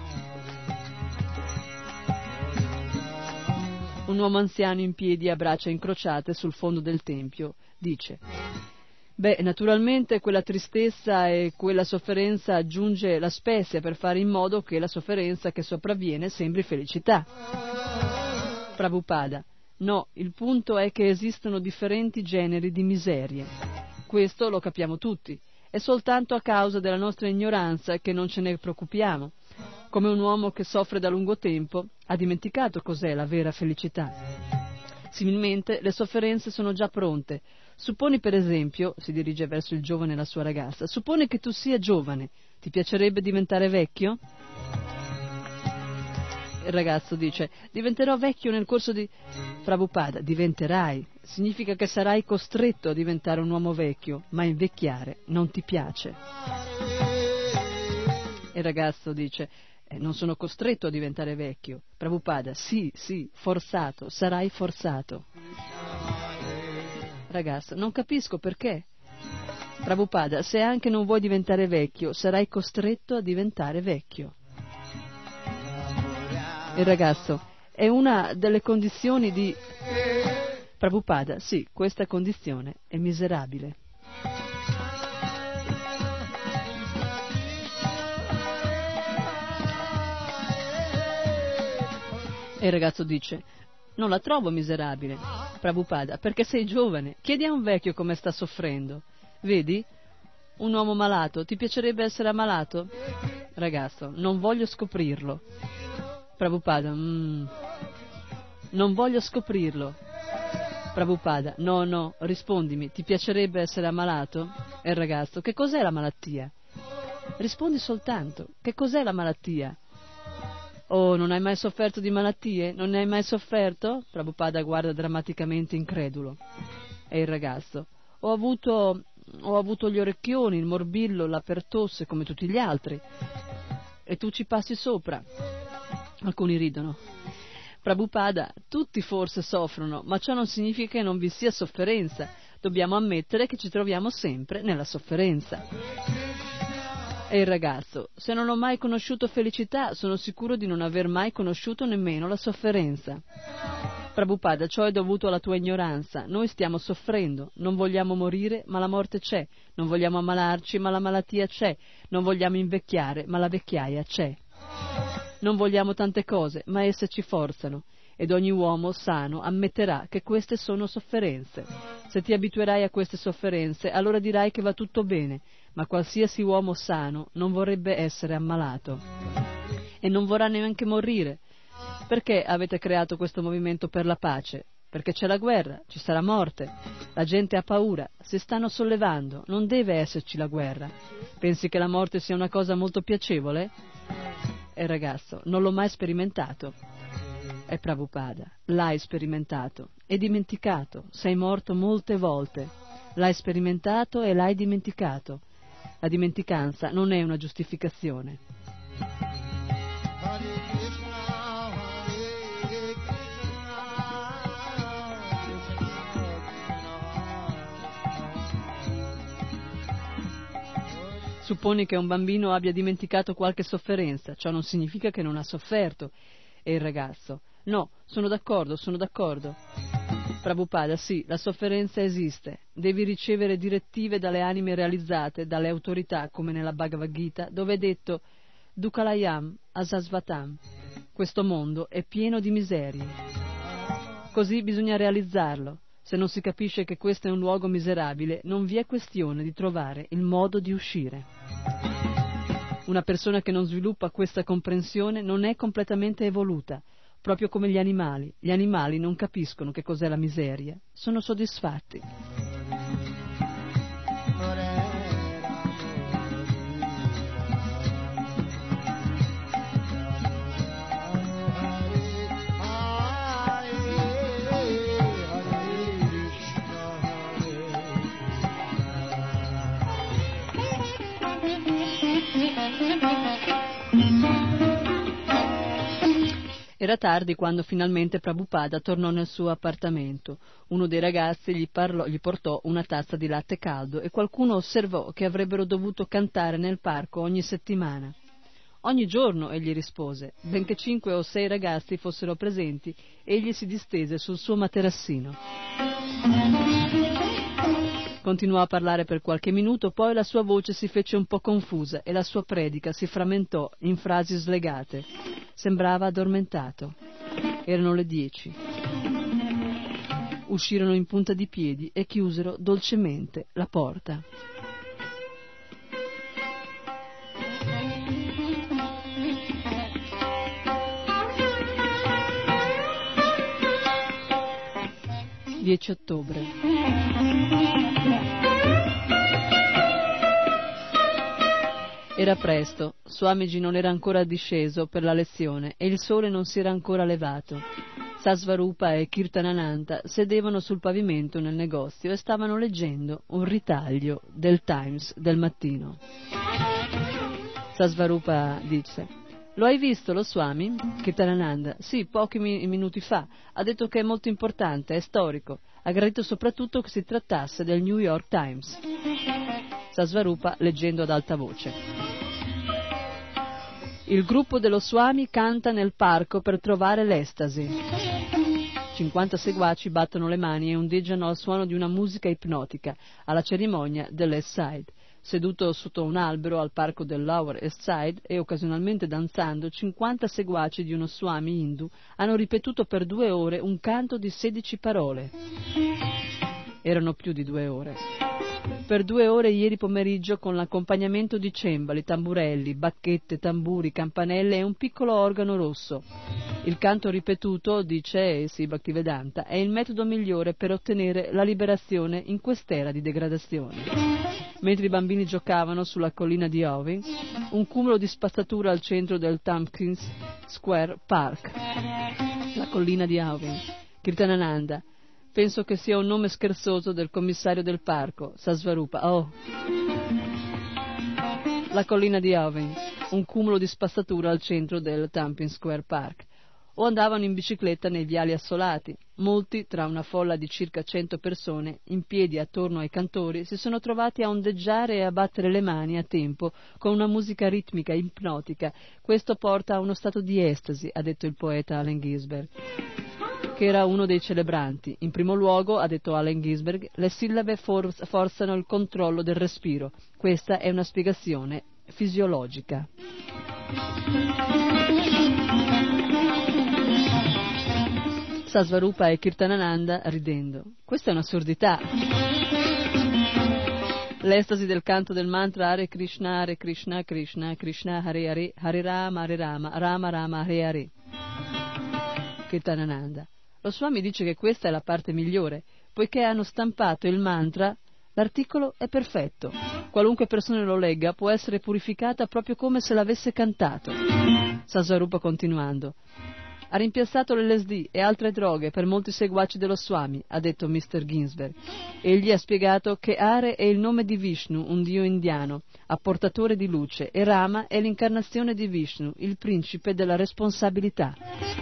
Un uomo anziano in piedi a braccia incrociate sul fondo del tempio dice: beh, naturalmente quella tristezza e quella sofferenza aggiunge la spezia per fare in modo che la sofferenza che sopravviene sembri felicità. Prabhupada, no, il punto è che esistono differenti generi di miserie. Questo lo capiamo tutti. È soltanto a causa della nostra ignoranza che non ce ne preoccupiamo. Come un uomo che soffre da lungo tempo ha dimenticato cos'è la vera felicità. Similmente, le sofferenze sono già pronte. Supponi per esempio, si dirige verso il giovane e la sua ragazza, supponi che tu sia giovane, ti piacerebbe diventare vecchio? Il ragazzo dice, diventerò vecchio nel corso di... Prabhupada, diventerai, significa che sarai costretto a diventare un uomo vecchio, ma invecchiare non ti piace. Il ragazzo dice, non sono costretto a diventare vecchio. Prabhupada, sì, forzato, sarai forzato. Ragazzo, non capisco perché. Prabhupada, se anche non vuoi diventare vecchio, sarai costretto a diventare vecchio. Il ragazzo, è una delle condizioni di... Prabhupada, sì, questa condizione è miserabile. E il ragazzo dice, non la trovo miserabile. Prabhupada, perché sei giovane, chiedi a un vecchio come sta soffrendo. Vedi? Un uomo malato, ti piacerebbe essere ammalato? Ragazzo, non voglio scoprirlo. Prabhupada, non voglio scoprirlo. Prabhupada, no, rispondimi, ti piacerebbe essere ammalato? E il ragazzo, che cos'è la malattia? Rispondi soltanto, che cos'è la malattia? Oh, non hai mai sofferto di malattie? Non ne hai mai sofferto? Prabhupada guarda drammaticamente incredulo. E il ragazzo, ho avuto gli orecchioni, il morbillo, la pertosse come tutti gli altri. E tu ci passi sopra. Alcuni ridono. Prabhupada, tutti forse soffrono, ma ciò non significa che non vi sia sofferenza. Dobbiamo ammettere che ci troviamo sempre nella sofferenza. E il ragazzo, se non ho mai conosciuto felicità, sono sicuro di non aver mai conosciuto nemmeno la sofferenza. Prabhupada, ciò è dovuto alla tua ignoranza. Noi stiamo soffrendo, non vogliamo morire, ma la morte c'è. Non vogliamo ammalarci, ma la malattia c'è. Non vogliamo invecchiare, ma la vecchiaia c'è. Non vogliamo tante cose, ma esse ci forzano. Ed ogni uomo sano ammetterà che queste sono sofferenze. Se ti abituerai a queste sofferenze, allora dirai che va tutto bene, ma qualsiasi uomo sano non vorrebbe essere ammalato. E non vorrà neanche morire. Perché avete creato questo movimento per la pace? Perché c'è la guerra, ci sarà morte, la gente ha paura, si stanno sollevando, non deve esserci la guerra. Pensi che la morte sia una cosa molto piacevole? E il ragazzo, non l'ho mai sperimentato. È Prabhupada, l'hai sperimentato e dimenticato, sei morto molte volte, l'hai sperimentato e l'hai dimenticato. La dimenticanza non è una giustificazione. Supponi che un bambino abbia dimenticato qualche sofferenza, ciò non significa che non ha sofferto. E il ragazzo, no, sono d'accordo. Prabhupada, sì, la sofferenza esiste, devi ricevere direttive dalle anime realizzate, dalle autorità, come nella Bhagavad Gita, dove è detto Dukalayam Asasvatam, questo mondo è pieno di miserie. Così bisogna realizzarlo. Se non si capisce che questo è un luogo miserabile, non vi è questione di trovare il modo di uscire. Una persona che non sviluppa questa comprensione non è completamente evoluta, proprio come gli animali. Gli animali non capiscono che cos'è la miseria, sono soddisfatti. Era tardi quando finalmente Prabhupada tornò nel suo appartamento. Uno dei ragazzi gli portò una tazza di latte caldo e qualcuno osservò che avrebbero dovuto cantare nel parco ogni settimana. Ogni giorno, egli rispose. Benché 5 o 6 ragazzi fossero presenti, egli si distese sul suo materassino. Continuò a parlare per qualche minuto, poi la sua voce si fece un po' confusa e la sua predica si frammentò in frasi slegate. Sembrava addormentato. Erano le 10. Uscirono in punta di piedi e chiusero dolcemente la porta. ottobre. Era presto, Swamiji non era ancora disceso per la lezione e il sole non si era ancora levato. Sasvarupa e Kirtanananda sedevano sul pavimento nel negozio e stavano leggendo un ritaglio del Times del mattino. Sasvarupa disse: "Lo hai visto lo Swami?" Kirtanananda: "Sì, pochi minuti fa. Ha detto che è molto importante, è storico. Ha gradito soprattutto che si trattasse del New York Times." Sasvarupa leggendo ad alta voce: "Il gruppo dello Swami canta nel parco per trovare l'estasi. 50 seguaci battono le mani e ondeggiano al suono di una musica ipnotica alla cerimonia dell'East Side. Seduto sotto un albero al parco del Lower East Side e occasionalmente danzando, 50 seguaci di uno Swami hindu hanno ripetuto per 2 ore un canto di 16 parole. Erano più di 2 ore. Per 2 ore ieri pomeriggio con l'accompagnamento di cembali, tamburelli, bacchette, tamburi, campanelle e un piccolo organo rosso. Il canto ripetuto, dice Sri Bhaktivedanta, è il metodo migliore per ottenere la liberazione in quest'era di degradazione." Mentre i bambini giocavano sulla collina di Oving, un cumulo di spazzatura al centro del Tompkins Square Park. La collina di Oving. Kirtanananda: "Penso che sia un nome scherzoso del commissario del parco." Sasvarupa: "Oh." La collina di Oving, un cumulo di spazzatura al centro del Tompkins Square Park. O andavano in bicicletta nei viali assolati. Molti, tra una folla di circa 100 persone, in piedi attorno ai cantori, si sono trovati a ondeggiare e a battere le mani a tempo con una musica ritmica ipnotica. Questo porta a uno stato di estasi, ha detto il poeta Allen Ginsberg, che era uno dei celebranti. In primo luogo, ha detto Allen Ginsberg, le sillabe forzano il controllo del respiro. Questa è una spiegazione fisiologica. Sasvarupa e Kirtanananda ridendo: "Questa è un'assurdità." L'estasi del canto del mantra Hare Krishna, Krishna Krishna Hare Hare, Hare Rama, Rama Rama, Hare Hare. Kirtanananda: Lo Swami dice che questa è la parte migliore, poiché hanno stampato il mantra, l'articolo è perfetto. Qualunque persona lo legga può essere purificata proprio come se l'avesse cantato. Sasarupa continuando. Ha rimpiazzato l'LSD e altre droghe per molti seguaci dello Swami, ha detto Mr. Ginsberg. Egli ha spiegato che Are è il nome di Vishnu, un dio indiano, apportatore di luce, e Rama è l'incarnazione di Vishnu, il principe della responsabilità.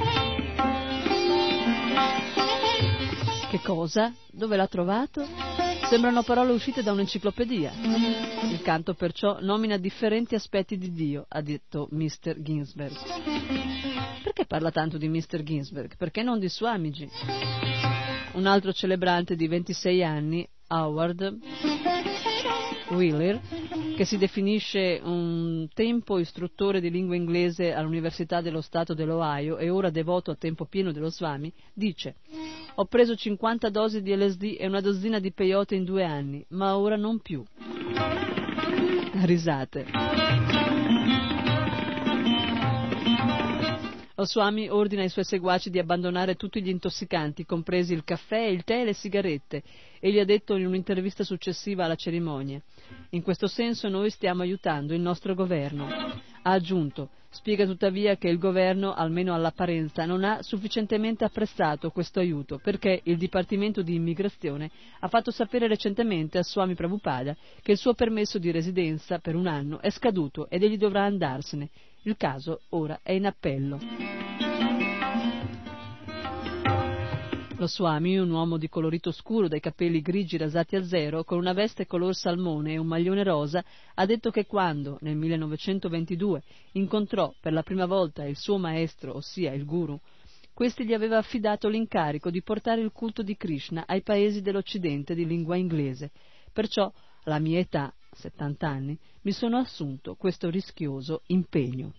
Che cosa? Dove l'ha trovato? Sembrano parole uscite da un'enciclopedia. Il canto perciò nomina differenti aspetti di Dio, ha detto Mr. Ginsberg. Perché parla tanto di Mr. Ginsberg? Perché non di Swamiji? Un altro celebrante di 26 anni, Howard Wheeler, che si definisce un tempo istruttore di lingua inglese all'Università dello Stato dell'Ohio e ora devoto a tempo pieno dello Swami, dice: ho preso 50 dosi di LSD e una dozzina di peyote in 2 anni, ma ora non più. Risate. Lo Swami ordina ai suoi seguaci di abbandonare tutti gli intossicanti, compresi il caffè, il tè e le sigarette, e gli ha detto in un'intervista successiva alla cerimonia: in questo senso noi stiamo aiutando il nostro governo. Ha aggiunto: spiega tuttavia che il governo, almeno all'apparenza, non ha sufficientemente apprezzato questo aiuto, perché il Dipartimento di Immigrazione ha fatto sapere recentemente a Swami Prabhupada che il suo permesso di residenza per 1 anno è scaduto ed egli dovrà andarsene. Il caso ora è in appello. Lo Swami, un uomo di colorito scuro, dai capelli grigi rasati a zero, con una veste color salmone e un maglione rosa, ha detto che quando, nel 1922, incontrò per la prima volta il suo maestro, ossia il guru, questi gli aveva affidato l'incarico di portare il culto di Krishna ai paesi dell'Occidente di lingua inglese. Perciò, alla mia età, 70 anni, mi sono assunto questo rischioso impegno.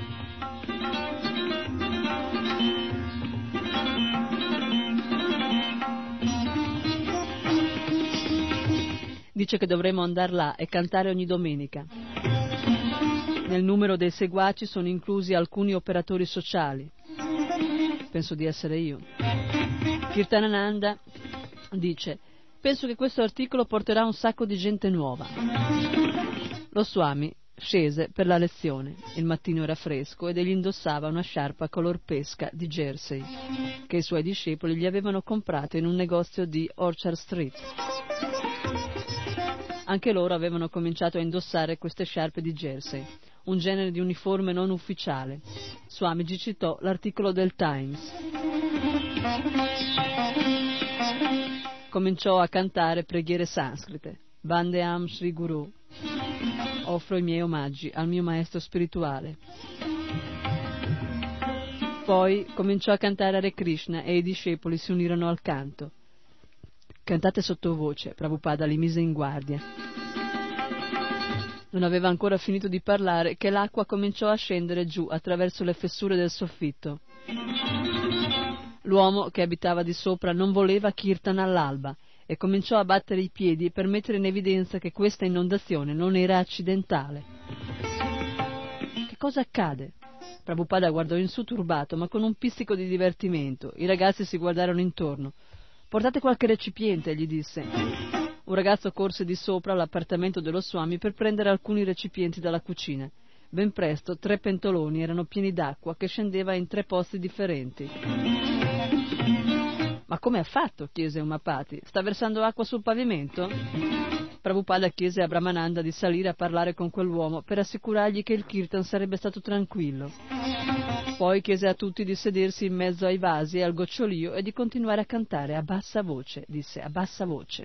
Dice che dovremo andare là e cantare ogni domenica. Nel numero dei seguaci sono inclusi alcuni operatori sociali. Penso di essere io. Kirtanananda dice: penso che questo articolo porterà un sacco di gente nuova. Lo Swami scese per la lezione. Il mattino era fresco ed egli indossava una sciarpa color pesca di jersey che i suoi discepoli gli avevano comprato in un negozio di Orchard Street. Anche loro avevano cominciato a indossare queste sciarpe di jersey, un genere di uniforme non ufficiale. Swamiji citò l'articolo del Times. Cominciò a cantare preghiere sanscrite. Vandeam Sri Guru. Offro i miei omaggi al mio maestro spirituale. Poi cominciò a cantare Hare Krishna e i discepoli si unirono al canto. Cantate sottovoce, Prabhupada li mise in guardia. Non aveva ancora finito di parlare che l'acqua cominciò a scendere giù attraverso le fessure del soffitto. L'uomo che abitava di sopra non voleva kirtan all'alba e cominciò a battere i piedi per mettere in evidenza che questa inondazione non era accidentale. Che cosa accade? Prabhupada guardò in su turbato, ma con un pizzico di divertimento. I ragazzi si guardarono intorno. «Portate qualche recipiente», gli disse. Un ragazzo corse di sopra all'appartamento dello Swami per prendere alcuni recipienti dalla cucina. Ben presto 3 pentoloni erano pieni d'acqua che scendeva in 3 posti differenti. «Ma come ha fatto?» chiese Umapati. «Sta versando acqua sul pavimento?» Prabhupada chiese a Brahmananda di salire a parlare con quell'uomo per assicurargli che il kirtan sarebbe stato tranquillo. Poi chiese a tutti di sedersi in mezzo ai vasi e al gocciolio e di continuare a cantare a bassa voce, disse, a bassa voce.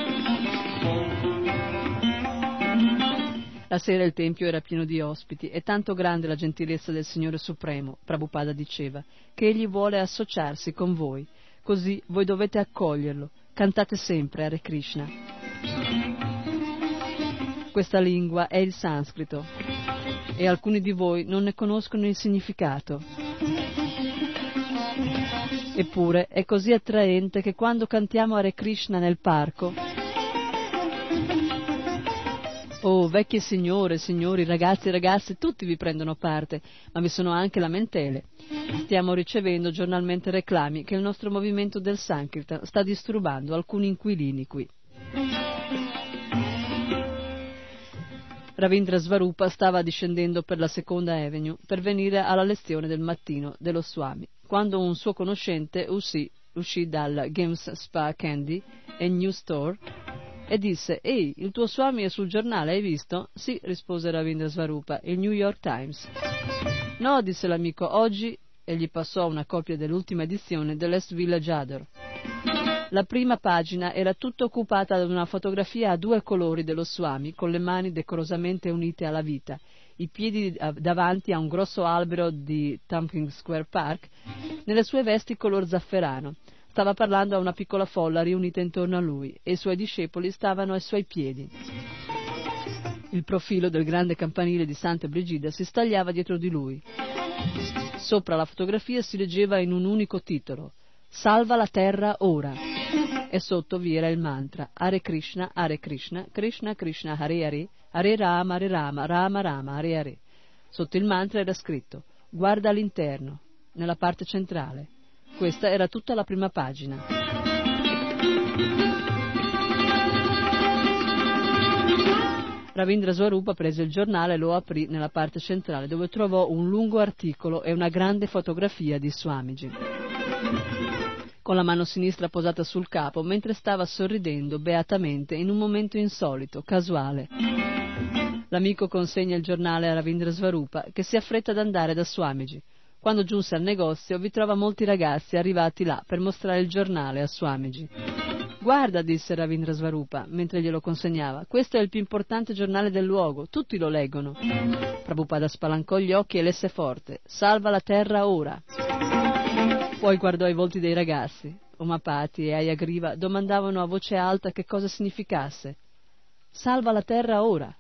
La sera il tempio era pieno di ospiti e tanto grande la gentilezza del Signore Supremo, Prabhupada diceva, che Egli vuole associarsi con voi, così voi dovete accoglierlo, cantate sempre Hare Krishna. Questa lingua è il sanscrito e alcuni di voi non ne conoscono il significato. Eppure è così attraente che quando cantiamo Hare Krishna nel parco Oh, vecchie signore, signori, ragazzi e ragazze, tutti vi prendono parte, ma vi sono anche lamentele. Stiamo ricevendo giornalmente reclami che il nostro movimento del Sankirtan sta disturbando alcuni inquilini qui. Ravindra Svarupa stava discendendo per la Seconda Avenue per venire alla lezione del mattino dello Swami, quando un suo conoscente uscì dal Games Spa Candy e New Store e disse: «Ehi, il tuo Swami è sul giornale, hai visto?» «Sì», rispose Ravindra Svarupa, «il New York Times». «No», disse l'amico, «oggi», e gli passò una copia dell'ultima edizione dell'East Village Other. La prima pagina era tutta occupata da una fotografia a 2 colori dello Swami, con le mani decorosamente unite alla vita, i piedi davanti a un grosso albero di Tompkins Square Park, nelle sue vesti color zafferano. Stava parlando a una piccola folla riunita intorno a lui, e i suoi discepoli stavano ai suoi piedi. Il profilo del grande campanile di Santa Brigida si stagliava dietro di lui. Sopra la fotografia si leggeva in un unico titolo: «Salva la terra ora», e sotto vi era il mantra Hare Krishna, Krishna Krishna, Hare Rama, Rama Rama, Hare Hare. Sotto il mantra era scritto: «Guarda all'interno», nella parte centrale. Questa era tutta la prima pagina. Ravindra Svarupa prese il giornale e lo aprì nella parte centrale, dove trovò un lungo articolo e una grande fotografia di Swamiji, con la mano sinistra posata sul capo, mentre stava sorridendo beatamente in un momento insolito, casuale. L'amico consegna il giornale a Ravindra Svarupa, che si affretta ad andare da Swamiji. Quando giunse al negozio vi trova molti ragazzi arrivati là per mostrare il giornale a Swamiji. «Guarda», disse Ravindra Svarupa mentre glielo consegnava, «questo è il più importante giornale del luogo, tutti lo leggono». Prabhupada spalancò gli occhi e lesse forte: «Salva la terra ora». Poi guardò i volti dei ragazzi. Omapati e Ayagriva domandavano a voce alta che cosa significasse. «Salva la terra ora».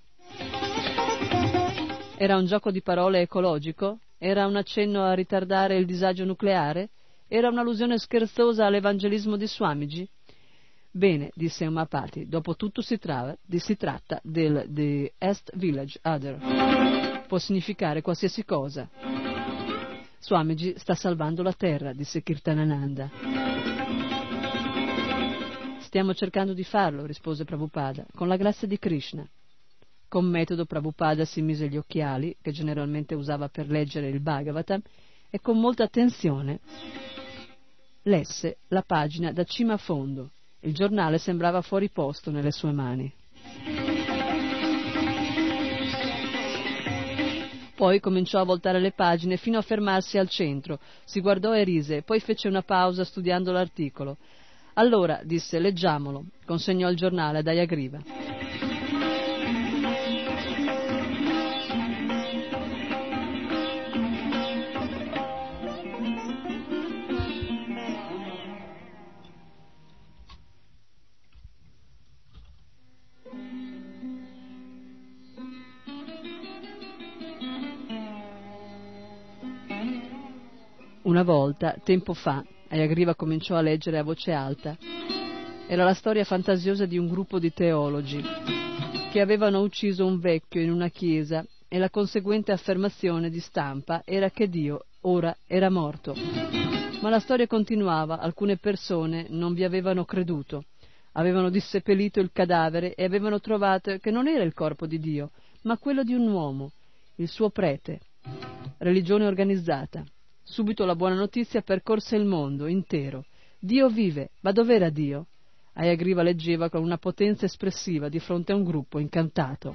Era un gioco di parole ecologico? Era un accenno a ritardare il disagio nucleare? Era un'allusione scherzosa all'evangelismo di Swamiji? «Bene», disse Omapati, «dopo tutto si tratta del East Village Other. Può significare qualsiasi cosa». «Swamiji sta salvando la terra», disse Kirtanananda. «Stiamo cercando di farlo», rispose Prabhupada, «con la grazia di Krishna». Con metodo Prabhupada si mise gli occhiali, che generalmente usava per leggere il Bhagavatam, e con molta attenzione lesse la pagina da cima a fondo. Il giornale sembrava fuori posto nelle sue mani. Poi cominciò a voltare le pagine fino a fermarsi al centro, si guardò e rise, poi fece una pausa studiando l'articolo. «Allora», disse, «leggiamolo». Consegnò il giornale ad Ayagriva. Una volta, tempo fa, Ayagriva cominciò a leggere a voce alta. Era la storia fantasiosa di un gruppo di teologi che avevano ucciso un vecchio in una chiesa, e la conseguente affermazione di stampa era che Dio ora era morto. Ma la storia continuava, alcune persone non vi avevano creduto, avevano disseppellito il cadavere e avevano trovato che non era il corpo di Dio, ma quello di un uomo, il suo prete. Religione organizzata. Subito la buona notizia percorse il mondo intero. Dio vive, ma dov'era Dio? Ayagriva leggeva con una potenza espressiva di fronte a un gruppo incantato.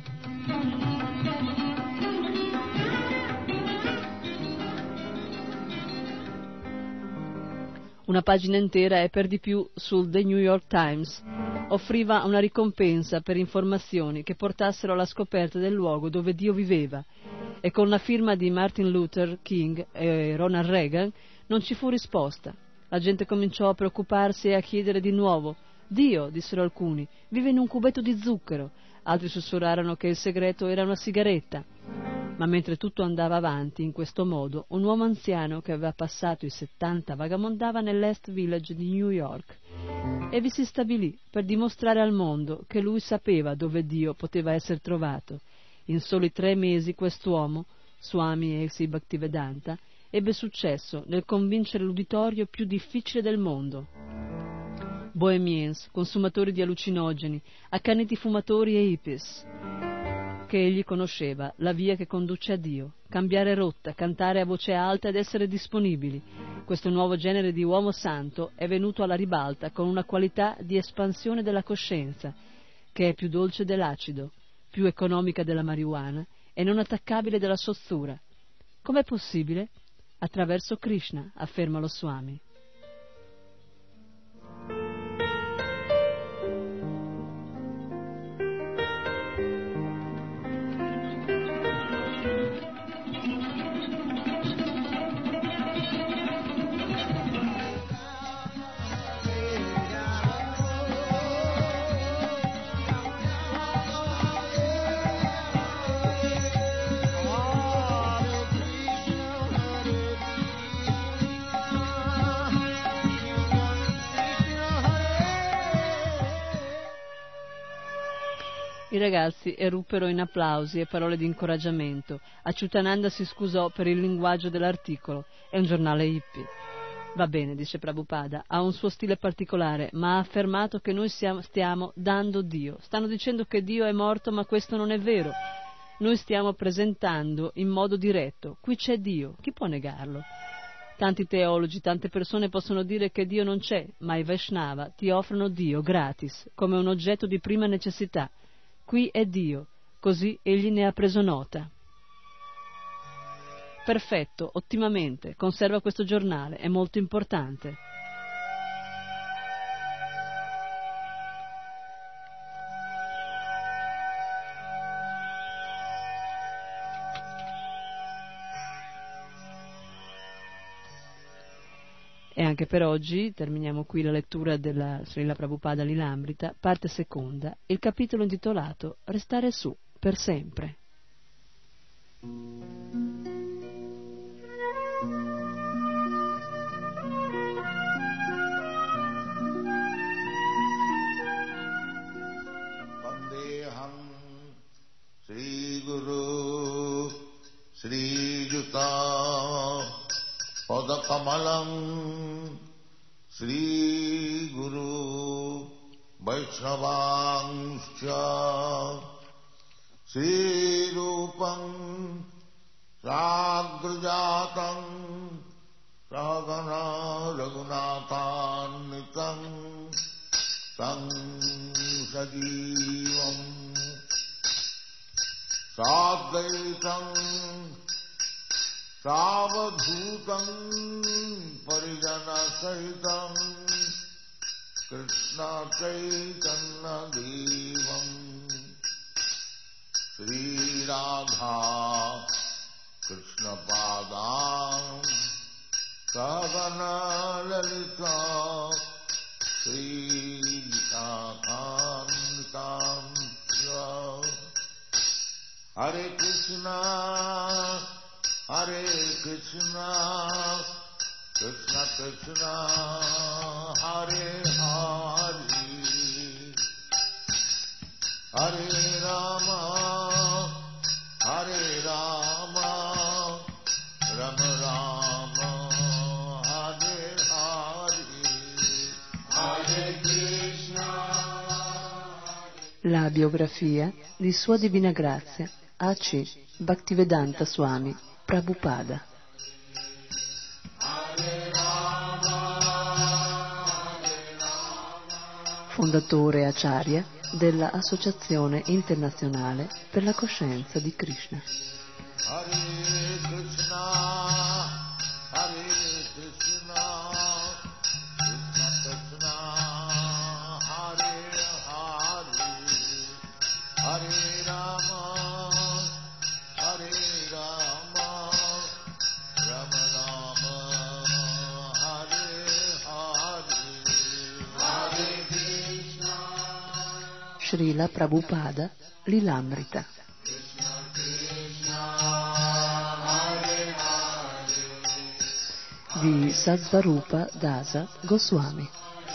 Una pagina intera e per di più sul The New York Times offriva una ricompensa per informazioni che portassero alla scoperta del luogo dove Dio viveva, e con la firma di Martin Luther King e Ronald Reagan non ci fu risposta. La gente cominciò a preoccuparsi e a chiedere di nuovo. «Dio», dissero alcuni, «vive in un cubetto di zucchero», altri sussurrarono che il segreto era una sigaretta. Ma mentre tutto andava avanti in questo modo, un uomo anziano che aveva passato i 70 vagabondava nell'East Village di New York e vi si stabilì per dimostrare al mondo che lui sapeva dove Dio poteva essere trovato. In soli 3 mesi quest'uomo, Swami A.C. Bhaktivedanta, ebbe successo nel convincere l'uditorio più difficile del mondo. Bohemians, consumatori di allucinogeni, accaniti fumatori e hippies, che egli conosceva, la via che conduce a Dio, cambiare rotta, cantare a voce alta ed essere disponibili. Questo nuovo genere di uomo santo è venuto alla ribalta con una qualità di espansione della coscienza, che è più dolce dell'acido, più economica della marijuana e non attaccabile della sozzura. Com'è possibile? Attraverso Krishna, afferma lo Swami. I ragazzi eruppero in applausi e parole di incoraggiamento. Achyutananda si scusò per il linguaggio dell'articolo. È un giornale hippie. Va bene, dice Prabhupada, ha un suo stile particolare, ma ha affermato che noi stiamo dando Dio. Stanno dicendo che Dio è morto, ma questo non è vero. Noi stiamo presentando in modo diretto. Qui c'è Dio, chi può negarlo? Tanti teologi, tante persone possono dire che Dio non c'è, ma i Vaishnava ti offrono Dio gratis, come un oggetto di prima necessità. Qui è Dio, così egli ne ha preso nota. Perfetto, ottimamente, conserva questo giornale, è molto importante. E anche per oggi terminiamo qui la lettura della Srila Prabhupada Lilamrita, parte seconda, il capitolo intitolato Restare su per sempre. Vandeham Sri Guru Sri Yuta Padakamalam Sri Guru Vaishnavangscha Sri Rupam Sagrajatam Ragana Raghunathannitam Sang Sajivam Sadvaitam Savadhutam Parijana Sahitam Krishna Chaitanya Devam Sri Radha Krishna Padam Sagana Lalita Sri Nithakantam Hare Krishna Hare Krishna, Krishna Krishna, Hare Hare, Hare Rama, Hare Rama, Rama Rama, Hare Hare, Hare Krishna. La biografia di Sua Divina Grazia A.C. Bhaktivedanta Swami Prabhupada. Fondatore Acharya della Associazione Internazionale per la Coscienza di Krishna. Hare Krishna, Hare Krishna, Krishna Krishna, Hare Hare, Hare Rama, Hare Rama, Rama Rama, Hare Hare, Hare Krishna. Srila Prabhupada Lilamrita. Krishna Krishna di Sattvarupa Dasa Goswami.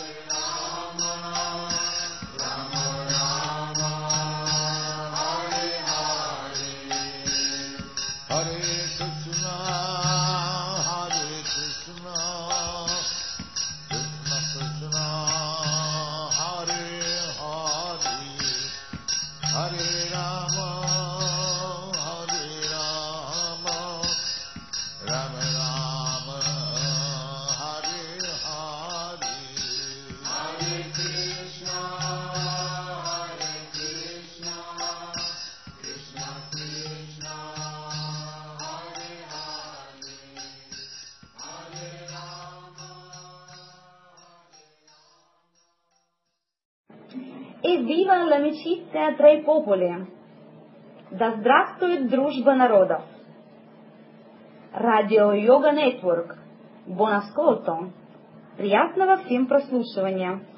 Evviva l'amicizia tra i popoli! Да здравствует дружба народов! Радио Йога Нетворк. Buon ascolto! Приятного всем прослушивания!